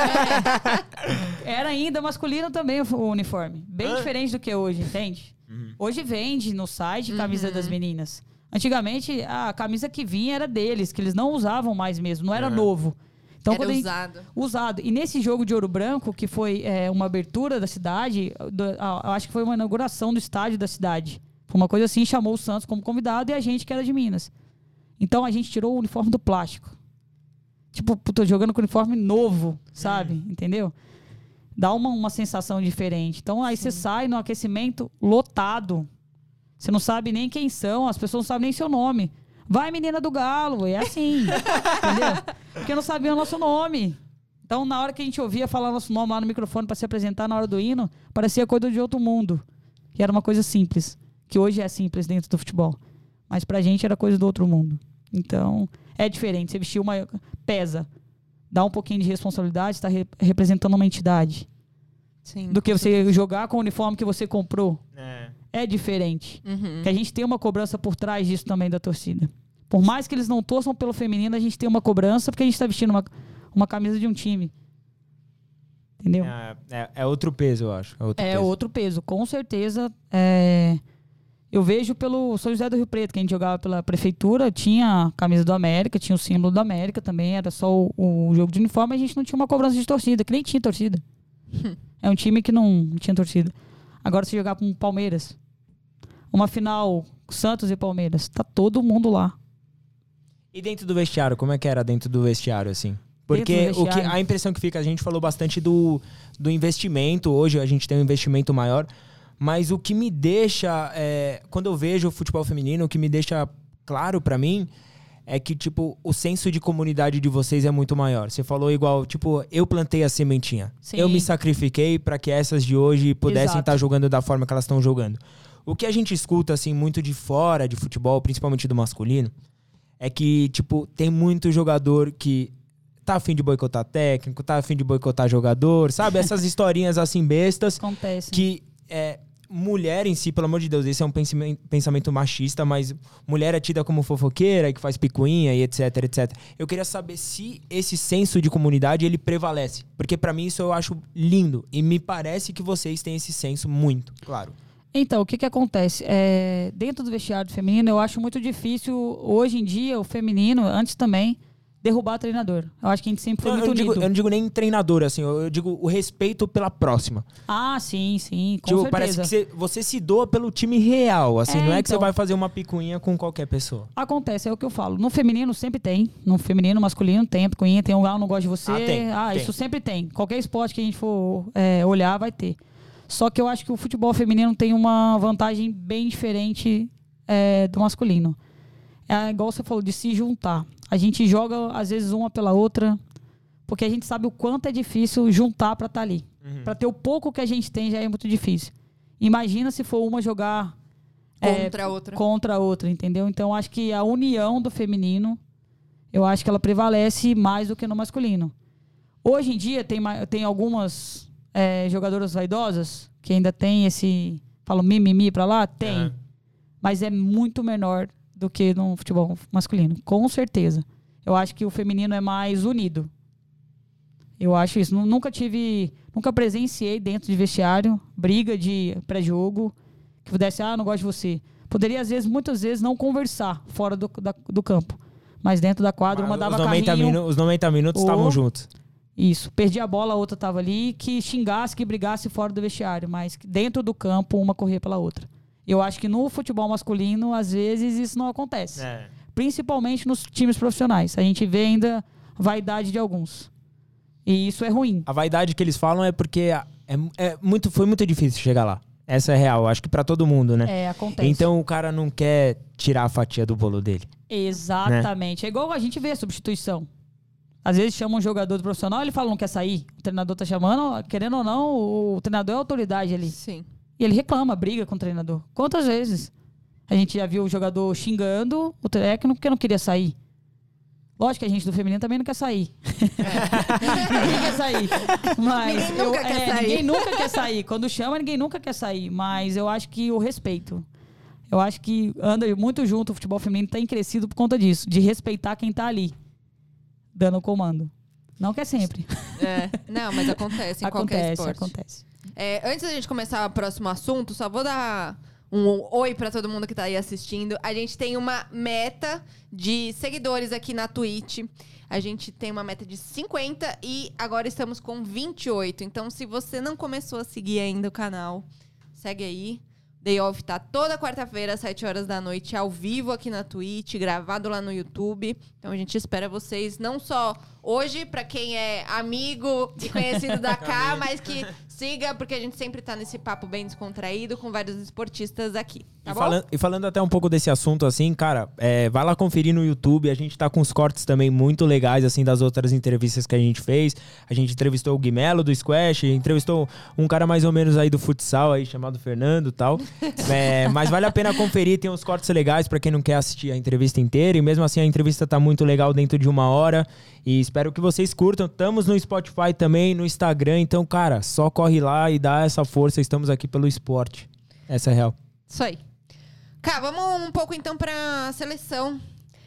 é. Era ainda masculino também o uniforme. Bem Hã? diferente do que é hoje, entende? Uhum. Hoje vende no site camisa das meninas. Antigamente, a camisa que vinha era deles, que eles não usavam mais mesmo, não era Uhum. novo. Então, Era quando a gente- usado. usado. E nesse jogo de Ouro Branco, que foi é, uma abertura da cidade, do- a- eu acho que foi uma inauguração do estádio da cidade. Foi uma coisa assim, chamou o Santos como convidado e a gente que era de Minas. Então a gente tirou o uniforme do plástico. Tipo, puta, jogando com uniforme novo, sabe? Entendeu? Dá uma, uma sensação diferente. Então aí você sai no aquecimento lotado. Você não sabe nem quem são, as pessoas não sabem nem seu nome. Vai, menina do Galo, é assim. Entendeu? Porque não sabiam o nosso nome. Então, na hora que a gente ouvia falar nosso nome lá no microfone para se apresentar na hora do hino, parecia coisa de outro mundo. E era uma coisa simples. Que hoje é simples dentro do futebol. Mas pra gente era coisa do outro mundo. Então, é diferente. Você vestir uma... Pesa. Dá um pouquinho de responsabilidade, está re- representando uma entidade. Sim. Do que você jogar com o uniforme que você comprou. É. É diferente. Uhum. Que a gente tem uma cobrança por trás disso também da torcida. Por mais que eles não torçam pelo feminino, a gente tem uma cobrança porque a gente está vestindo uma, uma camisa de um time. Entendeu? É, é- é outro peso, eu acho. É outro É peso. outro peso. Com certeza, é, eu vejo pelo São José do Rio Preto, que a gente jogava pela prefeitura, tinha a camisa do América, tinha o símbolo do América também, era só o, o jogo de uniforme, a gente não tinha uma cobrança de torcida, que nem tinha torcida. É um time que não tinha torcida. Agora, se jogar com o Palmeiras, uma final Santos e Palmeiras, tá todo mundo lá. E dentro do vestiário, como é que era dentro do vestiário, assim? Porque Dentro do o que, vestiário? a impressão que fica, a gente falou bastante do, do investimento. Hoje a gente tem um investimento maior. Mas o que me deixa, é, quando eu vejo o futebol feminino, o que me deixa claro pra mim é que, tipo, o senso de comunidade de vocês é muito maior. Você falou igual, tipo, eu plantei a sementinha. Sim. Eu me sacrifiquei pra que essas de hoje pudessem Exato. estar jogando da forma que elas estão jogando. O que a gente escuta, assim, muito de fora de futebol, principalmente do masculino, é que, tipo, tem muito jogador que tá afim de boicotar técnico, tá afim de boicotar jogador, sabe? Essas historinhas, assim, bestas, Acontece. que é, mulher em si, pelo amor de Deus, esse é um pensamento, pensamento machista, mas mulher é tida como fofoqueira, que faz picuinha e etc, etcétera. Eu queria saber se esse senso de comunidade, ele prevalece. Porque pra mim isso eu acho lindo. E me parece que vocês têm esse senso muito, claro. Então, o que que acontece? É, dentro do vestiário feminino, eu acho muito difícil, hoje em dia, o feminino, antes também, derrubar treinador. Eu acho que a gente sempre foi Eu, eu, muito não digo, unido. eu não digo nem treinador, assim, eu, eu digo o respeito pela próxima. Ah, sim, sim, com Tipo, certeza. parece que você, você se doa pelo time real, assim, É, não é que você então. vai fazer uma picuinha com qualquer pessoa. Acontece, é o que eu falo. No feminino sempre tem. No feminino, masculino tem, picuinha, tem um ah, eu não gosto de você. Ah, tem, Ah, tem. isso sempre tem. Qualquer esporte que a gente for é, olhar, vai ter. Só que eu acho que o futebol feminino tem uma vantagem bem diferente é, do masculino. É igual você falou, de se juntar. A gente joga, às vezes, uma pela outra, porque a gente sabe o quanto é difícil juntar pra estar ali. Uhum. Pra ter o pouco que a gente tem já é muito difícil. Imagina se for uma jogar é, Contra a outra. contra a outra, entendeu? Então, acho que a união do feminino, eu acho que ela prevalece mais do que no masculino. Hoje em dia, tem, ma- tem algumas é, jogadoras vaidosas que ainda tem esse... Falam mimimi pra lá? Tem. Aham. Mas é muito menor do que no futebol masculino. Com certeza. Eu acho que o feminino é mais unido. Eu acho isso. Nu- Nunca tive... Nunca presenciei dentro de vestiário briga de pré-jogo que pudesse, ah, não gosto de você. Poderia, às vezes, muitas vezes, não conversar fora do, da- do campo. Mas dentro da quadra, uma Mas dava os noventa carrinho. minu- os noventa minutos Ou- estavam juntos. Isso. Perdia a bola, a outra tava ali. Que xingasse, que brigasse fora do vestiário. Mas que dentro do campo, uma corria pela outra. Eu acho que no futebol masculino, às vezes, isso não acontece. É. Principalmente nos times profissionais. A gente vê ainda vaidade de alguns. E isso é ruim. A vaidade que eles falam é porque é, é muito, foi muito difícil chegar lá. Essa é real, acho que pra todo mundo, né? É, acontece. Então o cara não quer tirar a fatia do bolo dele. Exatamente. É igual a gente vê a substituição. Às vezes chama um jogador do profissional, ele fala não quer sair. O treinador tá chamando, querendo ou não, o treinador é a autoridade ali. Sim. E ele reclama, briga com o treinador. Quantas vezes? A gente já viu o jogador xingando o técnico porque não queria sair. Lógico que a gente do feminino também não quer sair. É. Ninguém quer sair. Mas ninguém nunca eu, quer é, sair. Ninguém nunca quer sair. Quando chama, ninguém nunca quer sair. Mas eu acho que o respeito. Eu acho que anda muito junto, o futebol feminino tem crescido por conta disso. De respeitar quem tá ali, dando o comando. Não que é sempre. É. Não, mas acontece em acontece, qualquer esporte. Acontece, É, antes da gente começar o próximo assunto, só vou dar um oi pra todo mundo que tá aí assistindo. A gente tem uma meta de seguidores aqui na Twitch. A gente tem uma meta de cinquenta e agora estamos com vinte e oito. Então, se você não começou a seguir ainda o canal, segue aí. Day Off tá toda quarta-feira, às sete horas da noite, ao vivo aqui na Twitch, gravado lá no YouTube. Então a gente espera vocês, não só hoje, pra quem é amigo e conhecido da K, mas que siga, porque a gente sempre tá nesse papo bem descontraído com vários esportistas aqui. Tá e, bom? falando, e falando até um pouco desse assunto, assim, cara, é, vai lá conferir no YouTube. A gente tá com os cortes também muito legais, assim, das outras entrevistas que a gente fez. A gente entrevistou o Guimelo do Squash, entrevistou um cara mais ou menos aí do futsal, aí, chamado Fernando e tal. É, mas vale a pena conferir, tem uns cortes legais pra quem não quer assistir a entrevista inteira. E mesmo assim, a entrevista tá muito legal dentro de uma hora. E espero que vocês curtam. Estamos no Spotify também, no Instagram. Então, cara, só corre lá e dá essa força. Estamos aqui pelo esporte. Essa é a real. Isso aí. Cá, vamos um pouco então pra seleção.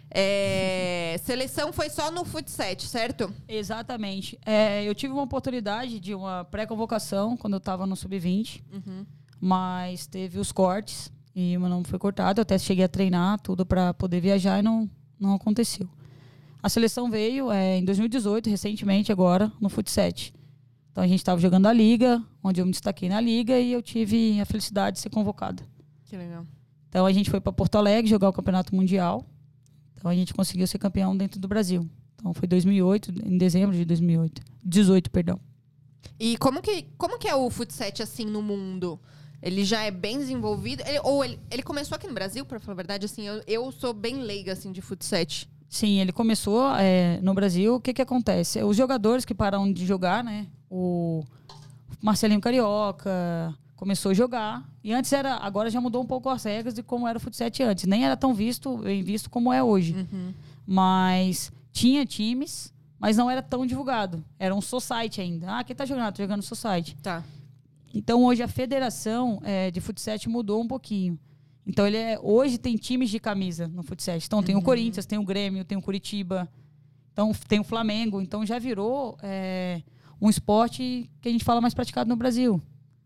É, seleção foi só no futsal, certo? Exatamente. É, eu tive uma oportunidade de uma pré-convocação quando eu estava no sub vinte, Uhum. mas teve os cortes e o meu nome foi cortado. Eu até cheguei a treinar tudo para poder viajar e não, não aconteceu. A seleção veio é, em dois mil e dezoito, recentemente agora, no futsal. Então a gente estava jogando a liga, onde eu me destaquei na liga e eu tive a felicidade de ser convocada. Que legal. Então a gente foi para Porto Alegre jogar o Campeonato Mundial. Então a gente conseguiu ser campeão dentro do Brasil. Então foi dois mil e oito, em dezembro de dois mil e oito. dezoito, perdão. E como que, como que é o futsal assim no mundo? Ele já é bem desenvolvido? Ele, ou ele, ele começou aqui no Brasil, pra falar a verdade? Assim, eu, eu sou bem leiga assim, de futsal. Sim, ele começou é, no Brasil. O que que acontece? Os jogadores que pararam de jogar, né? O Marcelinho Carioca começou a jogar. E antes era... Agora já mudou um pouco as regras de como era o futsal antes. Nem era tão visto, bem visto como é hoje. Uhum. Mas tinha times, mas não era tão divulgado. Era um society ainda. Ah, quem tá jogando? Tô jogando society. Tá. Então hoje a federação é, de futsal mudou um pouquinho. Então ele é, hoje tem times de camisa no futsal. Então tem Uhum. o Corinthians, tem o Grêmio, tem o Curitiba, então tem o Flamengo. Então já virou é, um esporte que a gente fala mais praticado no Brasil,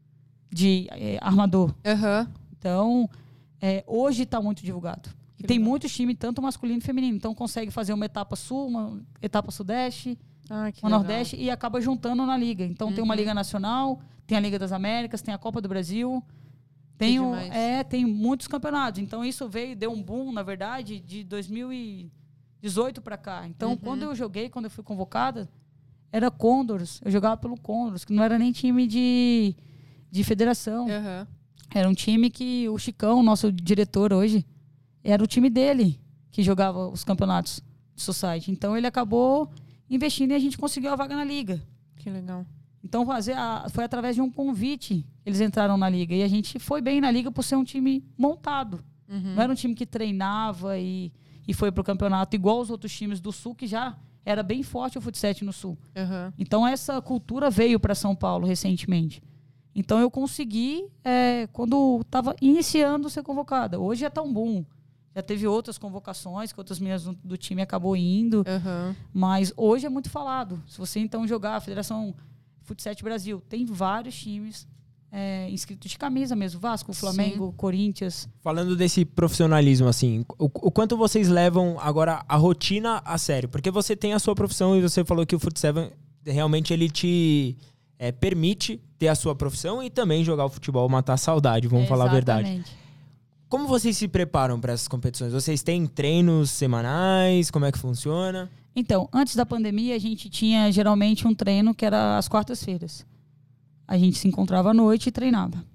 de é, armador. Aham. Então é, hoje está muito divulgado. Que E tem legal. muitos times, tanto masculino e feminino. Então consegue fazer uma etapa sul, uma etapa sudeste, Ah, que uma legal. nordeste e acaba juntando na liga. Então tem uma Uhum. liga nacional, tem a Liga das Américas, tem a Copa do Brasil. Tem, o, demais. é, tem muitos campeonatos. Então, isso veio, deu um boom, na verdade, de dois mil e dezoito para cá. Então, Uhum. quando eu joguei, quando eu fui convocada, era Condors. Eu jogava pelo Condors, que não era nem time de, de federação. Aham. Era um time que o Chicão, nosso diretor hoje, era o time dele que jogava os campeonatos de society. Então, ele acabou investindo e a gente conseguiu a vaga na liga. Que legal. Então fazer a, foi através de um convite eles entraram na liga. E a gente foi bem na liga por ser um time montado. Uhum. Não era um time que treinava e, e foi pro campeonato igual os outros times do Sul, que já era bem forte o futsal no Sul. Aham. Então essa cultura veio para São Paulo recentemente. Então eu consegui, é, quando estava iniciando, ser convocada. Hoje é tão bom. Já teve outras convocações que outras meninas do, do time acabou indo. Aham. Mas hoje é muito falado. Se você então jogar a Federação Futsal Brasil, tem vários times é, inscritos de camisa mesmo. Vasco, Flamengo, Sim. Corinthians. Falando desse profissionalismo, assim, o, o quanto vocês levam agora a rotina a sério? Porque você tem a sua profissão e você falou que o futsal realmente ele te é, permite ter a sua profissão e também jogar o futebol, matar a saudade, vamos falar a verdade. Exatamente. Como vocês se preparam para essas competições? Vocês têm treinos semanais? Como é que funciona? Então, antes da pandemia, a gente tinha geralmente um treino que era às quartas-feiras. A gente se encontrava à noite e treinava.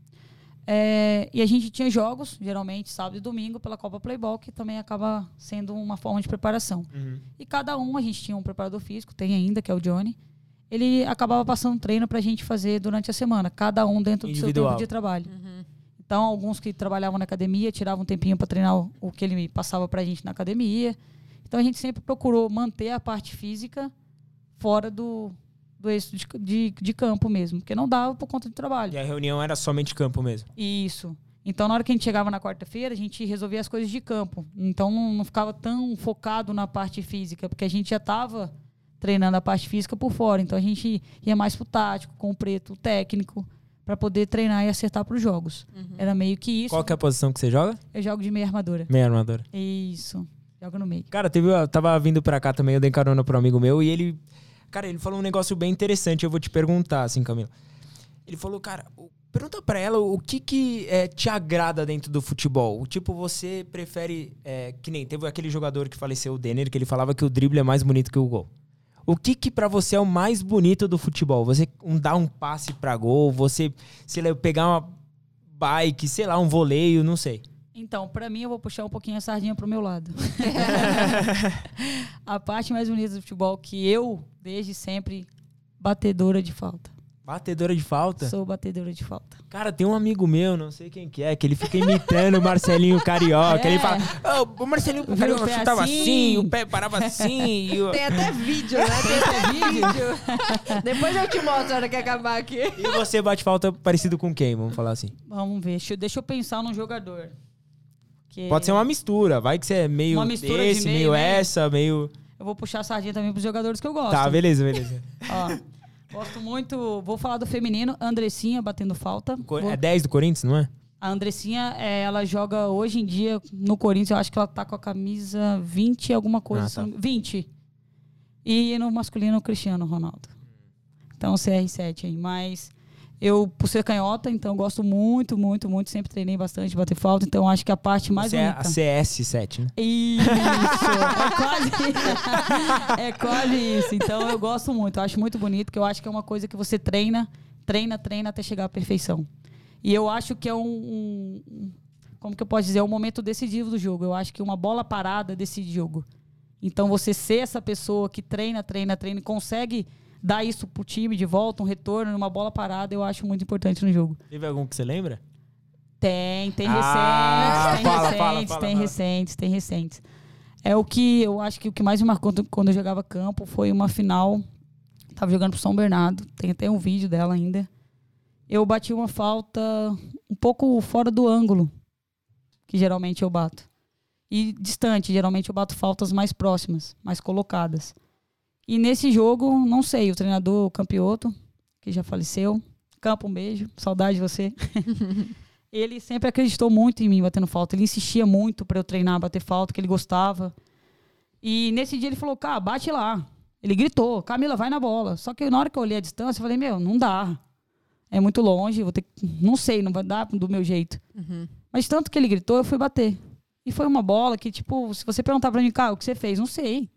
É, e a gente tinha jogos, geralmente sábado e domingo, pela Copa Playball, que também acaba sendo uma forma de preparação. Uhum. E cada um, a gente tinha um preparador físico, tem ainda, que é o Johnny. Ele acabava passando treino pra gente fazer durante a semana, cada um dentro do seu Individual. tempo de trabalho. Uhum. Então, alguns que trabalhavam na academia tiravam um tempinho para treinar o, o que ele passava para a gente na academia. Então, a gente sempre procurou manter a parte física fora do, do eixo de, de, de campo mesmo, porque não dava por conta do trabalho. E a reunião era somente campo mesmo? Isso. Então, na hora que a gente chegava na quarta-feira, a gente resolvia as coisas de campo. Então, não, não ficava tão focado na parte física, porque a gente já estava treinando a parte física por fora. Então, a gente ia mais pro tático, com o preto, o técnico, para poder treinar e acertar para os jogos. Uhum. Era meio que isso. Qual que é a posição que você joga? Eu jogo de meia armadura. Meia armadura. Isso. Jogo no meio. Cara, teve, eu tava vindo pra cá também, eu dei carona pro amigo meu e ele... Cara, ele falou um negócio bem interessante, eu vou te perguntar, assim, Camila. Ele falou, cara, pergunta pra ela o que que é, te agrada dentro do futebol. O tipo, você prefere... É, que nem teve aquele jogador que faleceu, o Denner, que ele falava que o drible é mais bonito que o gol. O que que pra você é o mais bonito do futebol? Você um, dar um passe pra gol, você, sei lá, pegar uma bike, sei lá, um voleio, não sei. Então, pra mim, eu vou puxar um pouquinho a sardinha pro meu lado. A parte mais bonita do futebol que eu, desde sempre, batedora de falta. Batedora de falta? Sou batedora de falta. Cara, tem um amigo meu, não sei quem que é, que ele fica imitando o Marcelinho Carioca. É. Ele fala, oh, o Marcelinho o Carioca chutava assim. assim, o pé parava assim. E o... Tem até vídeo, né? Tem até vídeo. Depois eu te mostro na hora que acabar aqui. E você bate falta parecido com quem? Vamos falar assim. Vamos ver. Deixa eu, deixa eu pensar num jogador. Que... Pode ser uma mistura. Vai que você é meio desse, de meio, meio essa, meio... Eu vou puxar a sardinha também pros jogadores que eu gosto. Tá, beleza, beleza. Ó, gosto muito... Vou falar do feminino. Andressinha batendo falta. Cor... Vou... É dez do Corinthians, não é? A Andressinha, é, ela joga hoje em dia no Corinthians. Eu acho que ela tá com a camisa vinte alguma coisa. Ah, tá. vinte. E no masculino, o Cristiano Ronaldo. Então, C R sete aí. Mas... Eu, por ser canhota, então gosto muito, muito, muito. Sempre treinei bastante, bater falta. Então acho que a parte mais Você bonita... é a C S sete, né? Isso! É quase... é quase isso. Então eu gosto muito. Eu acho muito bonito, porque eu acho que é uma coisa que você treina, treina, treina até chegar à perfeição. E eu acho que é um... um como que eu posso dizer? É um momento decisivo do jogo. Eu acho que uma bola parada decide jogo. Então você ser essa pessoa que treina, treina, treina e consegue... dar isso pro time de volta, um retorno, numa bola parada, eu acho muito importante no jogo. Teve algum que você lembra? Tem, tem ah, recentes, tem fala, recentes, fala, fala, tem fala. recentes, tem recentes. É o que eu acho que o que mais me marcou quando eu jogava campo foi uma final, tava jogando pro São Bernardo, tem até um vídeo dela ainda. Eu bati uma falta um pouco fora do ângulo, que geralmente eu bato. E distante, geralmente eu bato faltas mais próximas, mais colocadas. E nesse jogo, não sei, o treinador o Campioto, que já faleceu, Campo, um beijo, saudade de você. Ele sempre acreditou muito em mim batendo falta. Ele insistia muito para eu treinar, bater falta, que ele gostava. E nesse dia ele falou, cara, bate lá. Ele gritou, Camila, vai na bola. Só que na hora que eu olhei a distância, eu falei, meu, não dá. É muito longe, vou ter que... não sei, não vai dar do meu jeito. Uhum. Mas tanto que ele gritou, eu fui bater. E foi uma bola que, tipo, se você perguntar pra mim, cara, o que você fez? Não sei.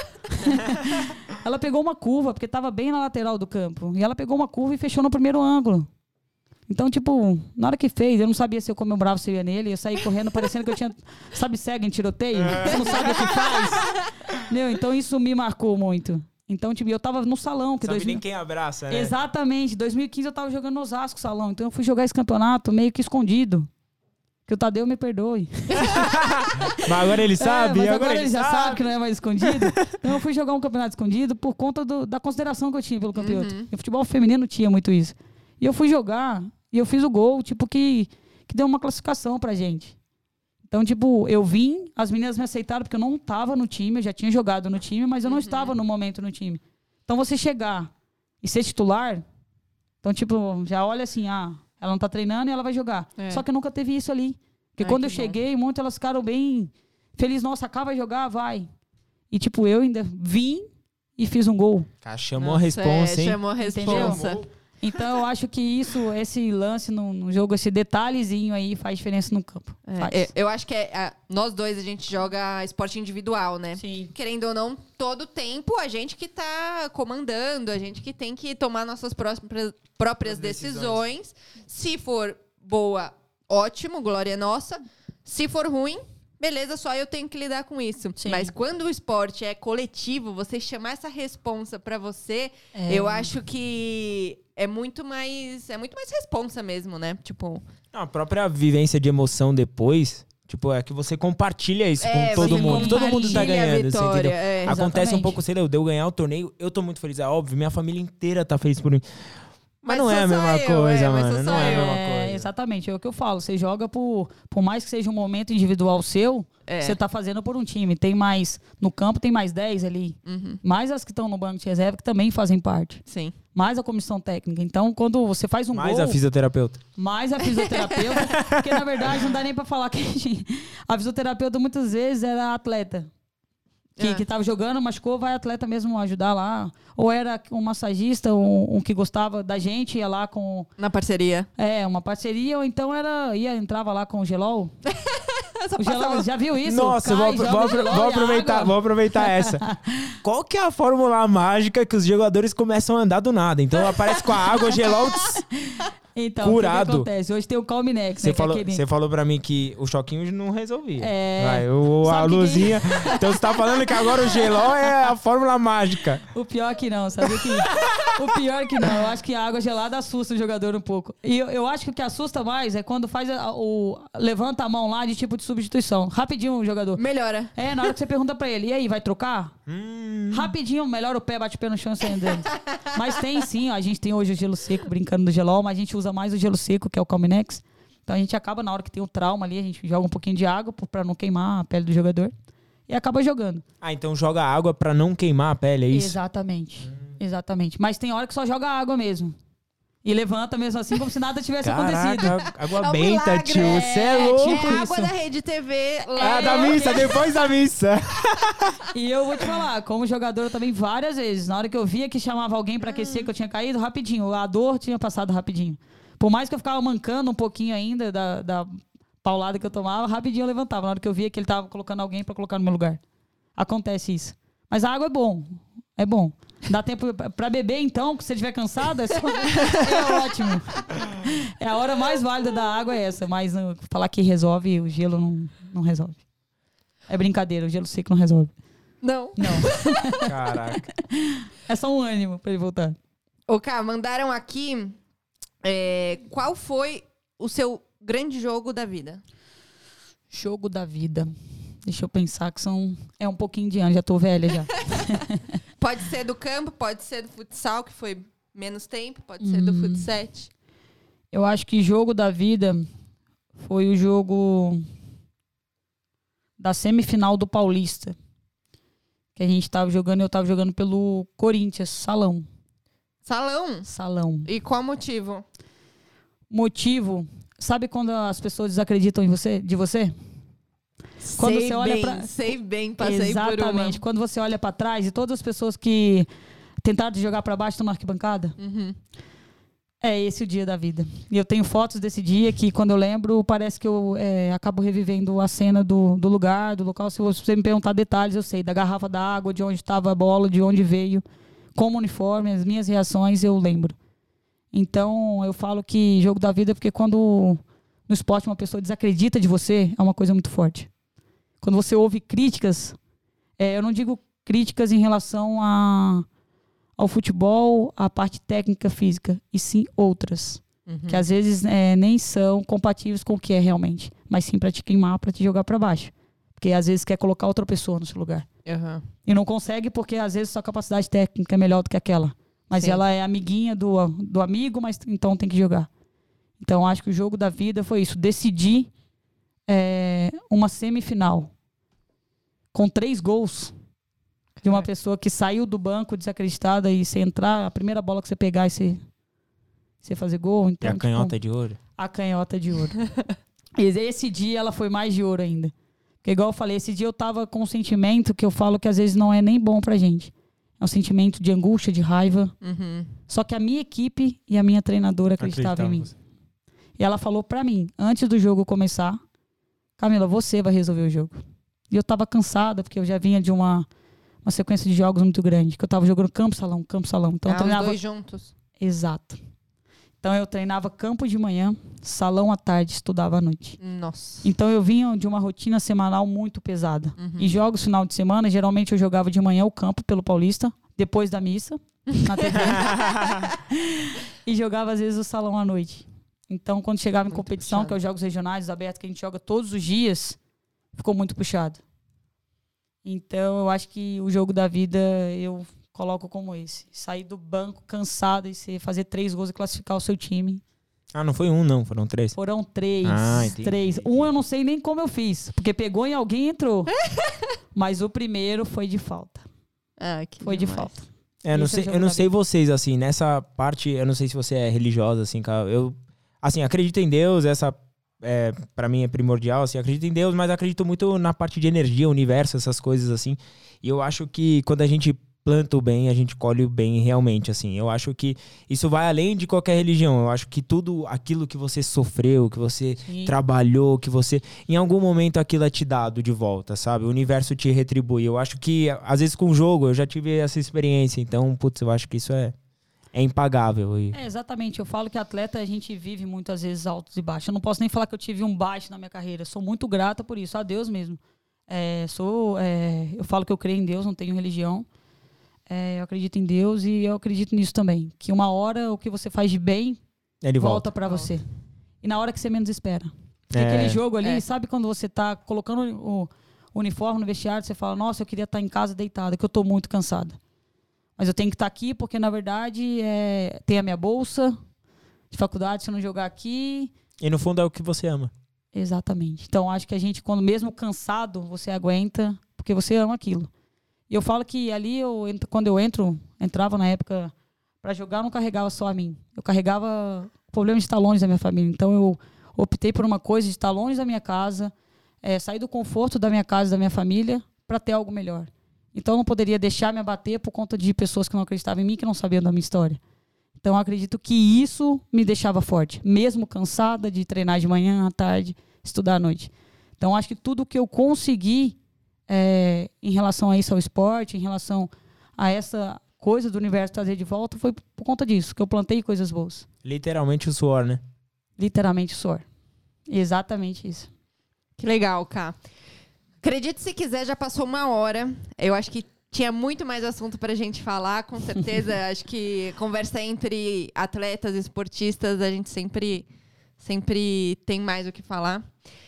Ela pegou uma curva, porque tava bem na lateral do campo. E ela pegou uma curva e fechou no primeiro ângulo. Então, tipo, na hora que fez, eu não sabia se eu comemorava, se eu ia nele. Eu saí correndo, parecendo que eu tinha, sabe, cego em tiroteio? Você não sabe o que faz. Meu, então isso me marcou muito. Então, tipo, eu tava no salão. Que sabe dois mil... nem quem abraça, né? Exatamente. Em dois mil e quinze eu tava jogando no Osasco salão. Então eu fui jogar esse campeonato meio que escondido. Que o Tadeu me perdoe. Mas agora ele sabe? É, mas agora, agora ele, ele já sabe. sabe que não é mais escondido. Então eu fui jogar um campeonato escondido por conta do, da consideração que eu tinha pelo campeonato. Uhum. E o futebol feminino tinha muito isso. E eu fui jogar e eu fiz o gol, tipo, que, que deu uma classificação pra gente. Então, tipo, eu vim, as meninas me aceitaram porque eu não tava no time, eu já tinha jogado no time, mas eu não uhum. estava no momento no time. Então você chegar e ser titular, então, tipo, já olha assim, ah... ela não tá treinando e ela vai jogar. É. Só que nunca teve isso ali. Porque Ai, quando eu cheguei, muito elas ficaram bem felizes. Nossa, acaba de jogar, vai. E tipo, eu ainda vim e fiz um gol. Cara, chamou Nossa, a responsa, é, hein? Chamou a responsa. Chamou. Então eu acho que isso, esse lance no, no jogo, esse detalhezinho aí faz diferença no campo. É, eu acho que é, é, nós dois a gente joga esporte individual, né? Sim. Querendo ou não, todo tempo a gente que tá comandando, a gente que tem que tomar nossas próprias, próprias decisões. decisões. Se for boa, ótimo, glória nossa. Se for ruim, beleza, só eu tenho que lidar com isso. Sim. Mas quando o esporte é coletivo, você chamar essa responsa pra você, É. eu acho que é muito mais... É muito mais responsa mesmo, né? Tipo... Não, a própria vivência de emoção depois, tipo, é que você compartilha isso É, com todo você mundo. Todo mundo tá compartilha a ganhando, você vitória, entendeu? é. Acontece um Exatamente. pouco, sei lá, eu de eu ganhar o torneio, eu tô muito feliz, é óbvio, minha família inteira tá feliz por mim. Mas, Mas não sou é a só mesma eu, coisa, é, mas mano. sou Não só é a eu. mesma É, coisa. exatamente, é o que eu falo. Você joga por, por mais que seja um momento individual seu, É. você tá fazendo por um time. Tem mais, no campo tem mais dez ali. Uhum, Mais as que estão no banco de reserva que também fazem parte. sim. Mais a comissão técnica. Então, quando você faz um Mais gol... a fisioterapeuta. Mais a fisioterapeuta. Porque, na verdade, não dá nem pra falar que a, gente, a fisioterapeuta muitas vezes era atleta. Que, É. que tava jogando, machucou, vai atleta mesmo ajudar lá. Ou era um massagista, um, um que gostava da gente, ia lá com... Na parceria. É, uma parceria, ou então era ia entrava lá com o gelol. Só O gelol, passa- já viu isso? Nossa, Cai, vou, joga vou, o gelol vou e aproveitar, água. vou aproveitar essa. Qual que é a fórmula mágica que os jogadores começam a andar do nada? Então aparece com a água, o gelol... tss, Então, curado. o que, que acontece? Hoje tem o Calminex, Você né? que é falou, aquele- você falou pra mim que o choquinho não resolvia. É. Vai, o, a Sabe que luzinha... Então você tá falando que agora o gelol é a fórmula mágica. O pior que não, sabe que o pior que não. Eu acho que a água gelada assusta o jogador um pouco. E eu, eu acho que o que assusta mais é quando faz a- o levanta a mão lá de tipo de substituição. Rapidinho o jogador. Melhora. É, na hora que você pergunta pra ele, e aí, vai trocar? Hum, Rapidinho, melhora o pé, bate o pé no chão e sai andando. Mas tem sim, a gente tem hoje o gelo seco, brincando do gelol, mas a gente usa mais o gelo seco, que é o Calminex. Então a gente acaba, na hora que tem o trauma ali, a gente joga um pouquinho de água pra não queimar a pele do jogador. E acaba jogando. Ah, então joga água pra não queimar a pele, é isso? Exatamente. Exatamente. Mas tem hora que só joga água mesmo. E levanta mesmo assim, como se nada tivesse acontecido. Caraca, água É um benta, milagre, tio. é, Você é louco. tipo É a isso. água da Rede T V. Lá Ah, da é- missa, depois da missa. E eu vou te falar, como jogador também várias vezes. Na hora que eu via que chamava alguém pra aquecer, que eu tinha caído, rapidinho. A dor tinha passado rapidinho. Por mais que eu ficava mancando um pouquinho ainda da, da paulada que eu tomava, rapidinho eu levantava. Na hora que eu via que ele tava colocando alguém pra colocar no meu lugar. Acontece isso. Mas a água é bom. É bom. Dá tempo pra beber, então, que se você estiver cansado, é, só... é ótimo. É a hora mais válida da água é essa. Mas não, falar que resolve, o gelo não, não resolve. É brincadeira, o gelo seco não resolve. Não. Não. Caraca. É só um ânimo pra ele voltar. Ô, Cá, mandaram aqui é, qual foi o seu grande jogo da vida? Jogo da vida. Deixa eu pensar que são... É um pouquinho de ano, já tô velha já. Pode ser do campo, pode ser do futsal, que foi menos tempo, pode ser do futsal. Eu acho que jogo da vida foi o jogo da semifinal do Paulista. Que a gente tava jogando, eu tava jogando pelo Corinthians, salão. Salão? Salão. E qual motivo? Motivo, sabe quando as pessoas desacreditam em você, de você? Quando sei você olha bem, pra- sei bem, passei Exatamente. Quando você olha pra trás e todas as pessoas que tentaram te jogar pra baixo estão na arquibancada. por uma. Uhum. É esse o dia da vida. E eu tenho fotos desse dia que, quando eu lembro, parece que eu é, acabo revivendo a cena do, do lugar, do local. Se você me perguntar detalhes, eu sei. Da garrafa da água, de onde estava a bola, de onde veio, como uniforme, as minhas reações, eu lembro. Então, eu falo que jogo da vida, porque quando no esporte uma pessoa desacredita de você, é uma coisa muito forte. Quando você ouve críticas, é, eu não digo críticas em relação a... ao futebol, à parte técnica, física, e sim outras. Uhum. Que às vezes é, nem são compatíveis com o que é realmente, mas sim para te queimar, para te jogar para baixo. Porque às vezes quer colocar outra pessoa no seu lugar. Uhum. E não consegue porque às vezes sua capacidade técnica é melhor do que aquela. Mas Sim. ela é amiguinha do, do amigo, mas então tem que jogar. Então acho que o jogo da vida foi isso. Decidir é, uma semifinal com três gols de uma pessoa que saiu do banco desacreditada e você entrar, a primeira bola que você pegar e você, você fazer gol. E Então, a tipo, canhota de ouro? a canhota de ouro. E esse dia ela foi mais de ouro ainda. Porque igual eu falei, esse dia eu tava com um sentimento que eu falo que às vezes não é nem bom pra gente. É um sentimento de angústia, de raiva. Uhum. Só que a minha equipe e a minha treinadora acreditavam em mim. Acreditava. E ela falou pra mim, antes do jogo começar, Camila, você vai resolver o jogo. E eu tava cansada, porque eu já vinha de uma, uma sequência de jogos muito grande. Que eu tava jogando campo-salão, campo-salão. Então eu Ah, os treinava... dois juntos. Exato. Então eu treinava campo de manhã, salão à tarde, estudava à noite. Nossa. Então eu vinha de uma rotina semanal muito pesada. Uhum. E jogos final de semana, geralmente eu jogava de manhã o campo pelo Paulista, depois da missa, na T V. E jogava às vezes o salão à noite. Então quando chegava em Muito competição, puxado. que é os jogos regionais abertos, que a gente joga todos os dias, ficou muito puxado. Então eu acho que o jogo da vida eu coloco como esse. Sair do banco cansado e você fazer três gols e classificar o seu time. Ah, não foi um, não. Foram três. Foram três. Ah, entendi, três. entendi. Um eu não sei nem como eu fiz. Porque pegou em alguém e entrou. Mas o primeiro foi de falta. Ah, que Foi demais. de falta. É, eu não Esse é o sei, jogo eu não da sei vocês, assim, nessa parte, eu não sei se você é religiosa, assim, cara. Eu, assim, acredito em Deus, essa, é, pra mim é primordial, assim, acredito em Deus, mas acredito muito na parte de energia, universo, essas coisas, assim. E eu acho que quando a gente planta o bem, a gente colhe o bem realmente, assim. Eu acho que isso vai além de qualquer religião. Eu acho que tudo aquilo que você sofreu, que você Sim. trabalhou, que você... Em algum momento aquilo é te dado de volta, sabe? O universo te retribui. Eu acho que, às vezes com o jogo, eu já tive essa experiência. Então, putz, eu acho que isso é, é impagável. E... É, exatamente. Eu falo que atleta a gente vive muitas vezes altos e baixos. Eu não posso nem falar que eu tive um baixo na minha carreira. Eu sou muito grata por isso, a Deus mesmo. É, sou, é, eu falo que eu creio em Deus, não tenho religião. É, eu acredito em Deus e eu acredito nisso também. Que uma hora o que você faz de bem Ele volta. volta pra você. E na hora que você menos espera. Porque É. aquele jogo ali, É. sabe quando você tá colocando o uniforme no vestiário, você fala, nossa, eu queria estar em casa deitada, que eu tô muito cansada. Mas eu tenho que estar aqui porque, na verdade, é, tem a minha bolsa de faculdade, se eu não jogar aqui... E no fundo é o que você ama. Exatamente. Então, acho que a gente, quando mesmo cansado, você aguenta, porque você ama aquilo. E eu falo que ali, eu, ent- quando eu entro, entrava na época, para jogar, eu não carregava só a mim. Eu carregava o problema de estar longe da minha família. Então, eu optei por uma coisa de estar longe da minha casa, é, sair do conforto da minha casa e da minha família, para ter algo melhor. Então, eu não poderia deixar me abater por conta de pessoas que não acreditavam em mim, que não sabiam da minha história. Então, eu acredito que isso me deixava forte, mesmo cansada de treinar de manhã, à tarde, estudar à noite. Então, acho que tudo que eu consegui é, em relação a isso, ao esporte, em relação a essa coisa do universo trazer de volta, foi por conta disso, que eu plantei coisas boas. Literalmente o suor, né? Literalmente, suor. Exatamente isso. Que legal, Ká. Acredite se quiser, já passou uma hora. Eu acho que tinha muito mais assunto pra gente falar, com certeza. Acho que conversa entre atletas, esportistas, a gente sempre, sempre tem mais o que falar.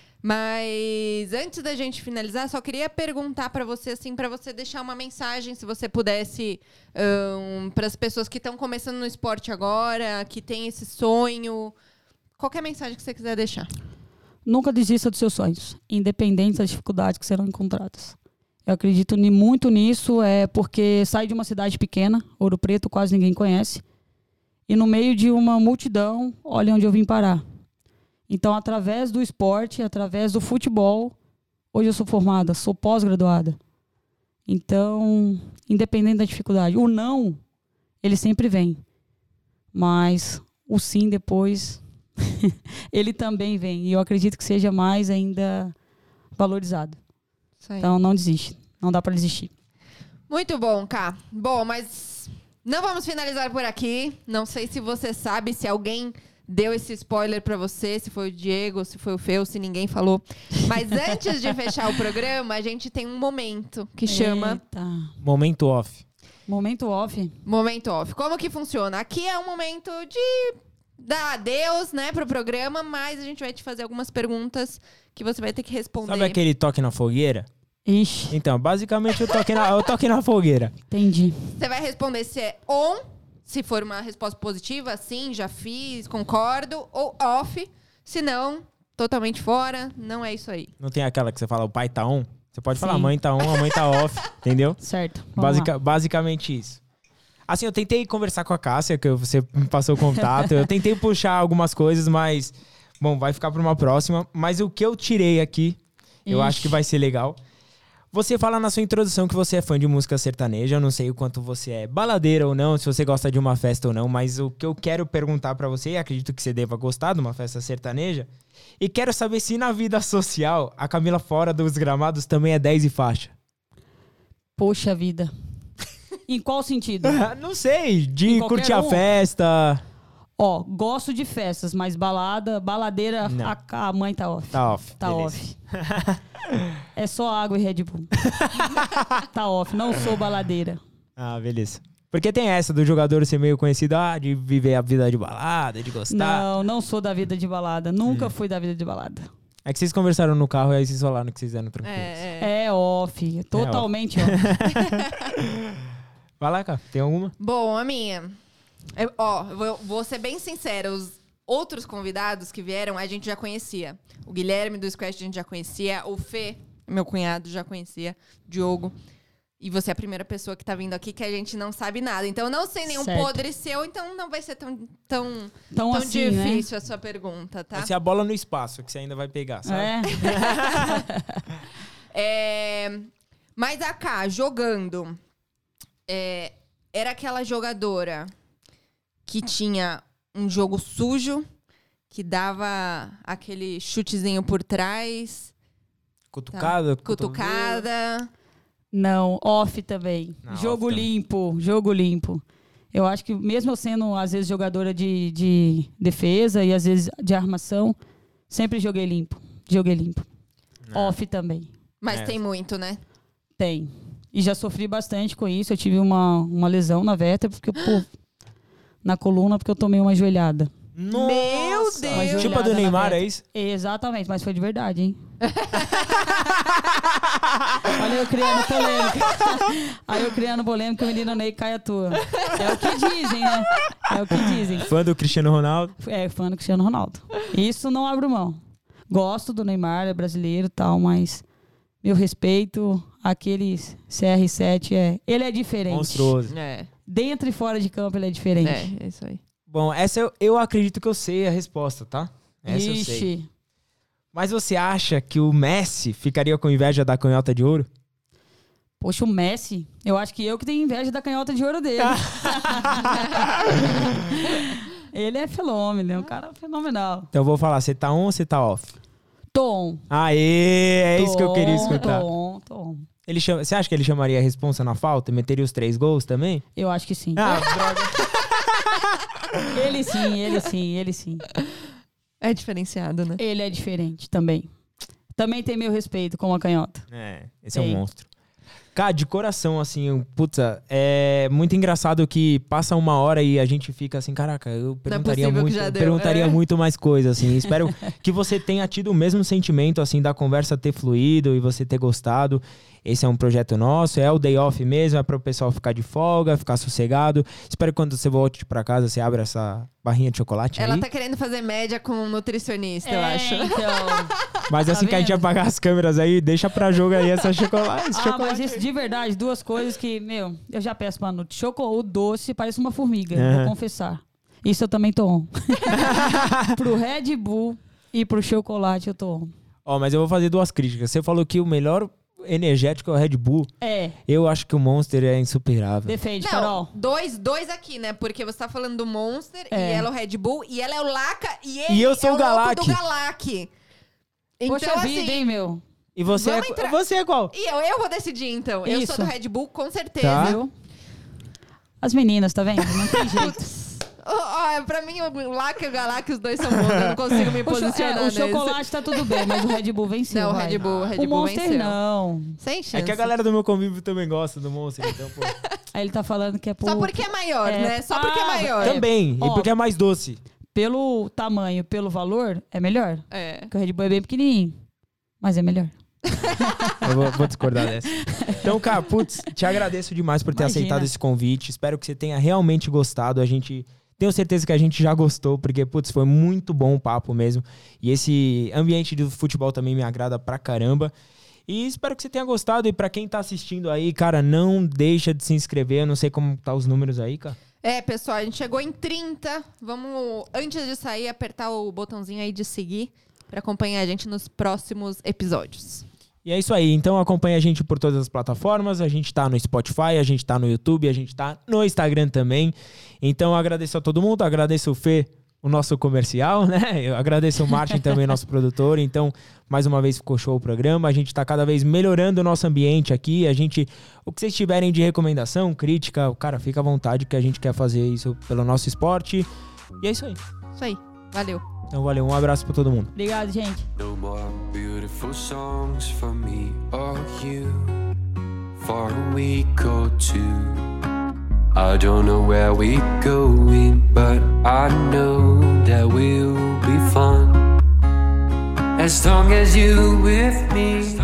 Mas antes da gente finalizar, só queria perguntar pra você, assim, para você deixar uma mensagem, se você pudesse, um, para as pessoas que estão começando no esporte agora, que tem esse sonho, qualquer mensagem que você quiser deixar. Nunca desista dos seus sonhos, independente das dificuldades que serão encontradas. Eu acredito ni- muito nisso, é porque saio de uma cidade pequena, Ouro Preto, quase ninguém conhece, e no meio de uma multidão, olha onde eu vim parar. Então, através do esporte, através do futebol, hoje eu sou formada, sou pós-graduada. Então, independente da dificuldade, o não, ele sempre vem. Mas o sim depois, ele também vem. E eu acredito que seja mais ainda valorizado. Isso aí. Então, não desiste. Não dá para desistir. Muito bom, Ká. Bom, mas não vamos finalizar por aqui. Não sei se você sabe, se alguém deu esse spoiler pra você, se foi o Diego, se foi o Feu, se ninguém falou. Mas antes de fechar o programa, a gente tem um momento que chama Eita. Momento off. Momento off. Momento Off. Como que funciona? Aqui é um momento de dar adeus, né, pro programa, mas a gente vai te fazer algumas perguntas que você vai ter que responder. Sabe aquele toque na fogueira? Ixi, Então, basicamente eu toque na, eu toque na fogueira. entendi. Você vai responder se é on, se for uma resposta positiva, sim, já fiz, concordo, ou off, se não, totalmente fora, não é isso aí. Não tem aquela que você fala, o pai tá on? Você pode falar, a Sim. mãe tá on, a mãe tá off, entendeu? Certo. vamos Basica- lá. basicamente isso. Assim, eu tentei conversar com a Cássia, que você me passou o contato. Eu tentei puxar algumas coisas, mas... Bom, vai ficar para uma próxima. Mas o que eu tirei aqui, eu Ixi. acho que vai ser legal. Você fala na sua introdução que você é fã de música sertaneja. Eu não sei o quanto você é baladeira ou não, se você gosta de uma festa ou não. Mas o que eu quero perguntar para você, e acredito que você deva gostar de uma festa sertaneja. E quero saber se na vida social, a Camila fora dos gramados também é dez e faixa. Poxa vida. Em qual sentido? Não sei, de Em qualquer curtir a um? festa. Ó, gosto de festas, mas balada, baladeira, Não. a, a mãe tá off. Tá off. Tá beleza. off. É só água e Red Bull. Tá off, não sou baladeira. Ah, beleza. Porque tem essa do jogador ser meio conhecido, ah, de viver a vida de balada, de gostar. Não, não sou da vida de balada. Nunca fui da vida de balada. É que vocês conversaram no carro e aí vocês falaram que vocês eram tranquilos. É, é. É off, totalmente off. Vai lá, cara. Tem alguma? Bom, a minha. Eu, ó, eu vou, vou ser bem sincera. Os outros convidados que vieram, a gente já conhecia. O Guilherme do Squash a gente já conhecia. O Fê, meu cunhado, já conhecia. Diogo. E você é a primeira pessoa que tá vindo aqui que a gente não sabe nada. Então, eu não sei nenhum Certo. podre seu. Então, não vai ser tão, tão, Tão tão assim, difícil a sua pergunta, tá? Vai ser a bola no espaço, que você ainda vai pegar, sabe? É. É, mas a Ká, jogando, é, era aquela jogadora que tinha um jogo sujo, que dava aquele chutezinho por trás, Cutucada, tá? Cutucada. Não, off também. Não, jogo off também. limpo, jogo limpo. Eu acho que mesmo eu sendo, às vezes, jogadora de, de defesa e às vezes de armação, sempre joguei limpo. Joguei limpo. Não. Off também. Mas É. tem muito, né? Tem. E já sofri bastante com isso. Eu tive uma, uma lesão na vértebra, porque, pô, na coluna, porque eu tomei uma joelhada. Nossa! Meu Deus! Uma Tipo a joelhada do na Neymar, vértebra. é isso? Exatamente, mas foi de verdade, hein? Olha eu criando polêmica. Aí eu criando polêmica, o menino Ney cai à toa. É o que dizem, né? É o que dizem. Fã do Cristiano Ronaldo. É, fã do Cristiano Ronaldo. Isso não abro mão. Gosto do Neymar, é brasileiro e tal, mas meu respeito, aquele C R sete, é, ele é diferente. Monstruoso. É, Dentro e fora de campo ele é diferente. é, é isso aí. Bom, essa eu, eu acredito que eu sei a resposta, tá? Essa eu sei. Ixi. Mas você acha que o Messi ficaria com inveja da canhota de ouro? Poxa, o Messi, eu acho que eu que tenho inveja da canhota de ouro dele. Ele é fenômeno, é um cara fenomenal. Então eu vou falar, você tá on ou você tá off? Tom. Aê, é isso que eu queria escutar. Tom, Tom. Ele chama, você acha que ele chamaria a responsa na falta e meteria os três gols também? Eu acho que sim. Ah, droga. Ele sim, ele sim, ele sim. É diferenciado, né? Ele é diferente também. Também tem meu respeito com a canhota. É, esse é um Tem. monstro. Cara, de coração, assim, eu- puta, é muito engraçado que passa uma hora e a gente fica assim, caraca, eu perguntaria possível que muito, já eu deu, perguntaria é. muito mais coisas, assim. Espero que você tenha tido o mesmo sentimento, assim, da conversa ter fluído e você ter gostado. Esse é um projeto nosso, é o day off mesmo, é para o pessoal ficar de folga, ficar sossegado. Espero que quando você volte pra casa, você abra essa barrinha de chocolate Ela aí. tá querendo fazer média com um nutricionista, eu É, acho. Então. Mas assim tá que a gente vendo? apagar as câmeras aí, deixa pra jogo aí essa chocolate. esse Ah, chocolate. mas isso de verdade, duas coisas que, meu, eu já peço pra Nutri. Chocolate, o doce parece uma formiga, Aham. vou confessar. Isso eu também tô on. Pro Red Bull e pro chocolate eu tô on. Ó, mas eu vou fazer duas críticas. Você falou que o melhor energético é o Red Bull. É, Eu acho que o Monster é insuperável. defende, Não, Carol. dois, dois aqui, né? Porque você tá falando do Monster É. e ela é o Red Bull e ela é o Laca e ele E eu sou é o o louco Galac. do Galac. Então, Poxa assim, vida, hein, meu? E você é, Vamos entrar- você é qual? E eu, eu vou decidir, então. Eu Isso. sou do Red Bull, com certeza. Tá. Viu? As meninas, tá vendo? Não tem jeito. Ó, ó, pra mim, o Laca e o Galac, os dois são bons. Eu não consigo me O, cho- posicionar é, o nesse. chocolate tá tudo bem, mas o Red Bull venceu. Não, o vai. Red Bull, o Red O Bull Monster venceu. não. Sem chance. É que a galera do meu convívio também gosta do Monster, então, pô. Aí ele tá falando que é por, Só porque é maior, É. né? Só porque é Ah, maior. Também, Ó. e porque é mais doce. pelo tamanho, pelo valor, é melhor. É. Porque o Red Bull é bem pequenininho, mas é melhor. Eu vou, vou discordar dessa. Então, cara, putz, te agradeço demais por ter Imagina. aceitado esse convite. Espero que você tenha realmente gostado. A gente... Tenho certeza que a gente já gostou, porque, putz, foi muito bom o papo mesmo. E esse ambiente do futebol também me agrada pra caramba. E espero que você tenha gostado. E pra quem tá assistindo aí, cara, não deixa de se inscrever. Eu não sei como tá os números aí, cara. É, pessoal, a gente chegou em trinta. Vamos, antes de sair, apertar o botãozinho aí de seguir pra acompanhar a gente nos próximos episódios. E é isso aí. Então acompanha a gente por todas as plataformas. A gente tá no Spotify, a gente tá no YouTube, a gente tá no Instagram também. Então eu agradeço a todo mundo. Agradeço o Fê, o nosso comercial, né? Eu agradeço o Martin também, nosso produtor. Então, mais uma vez ficou show o programa. A gente tá cada vez melhorando o nosso ambiente aqui. A gente, o que vocês tiverem de recomendação, crítica, cara, fica à vontade que a gente quer fazer isso pelo nosso esporte. E é isso aí. Isso aí. Valeu. Então valeu, um abraço pra todo mundo. Obrigado, gente. No more beautiful songs for me or you for a week or two. I don't know where we're going, but I know that will be fun as long as you with me.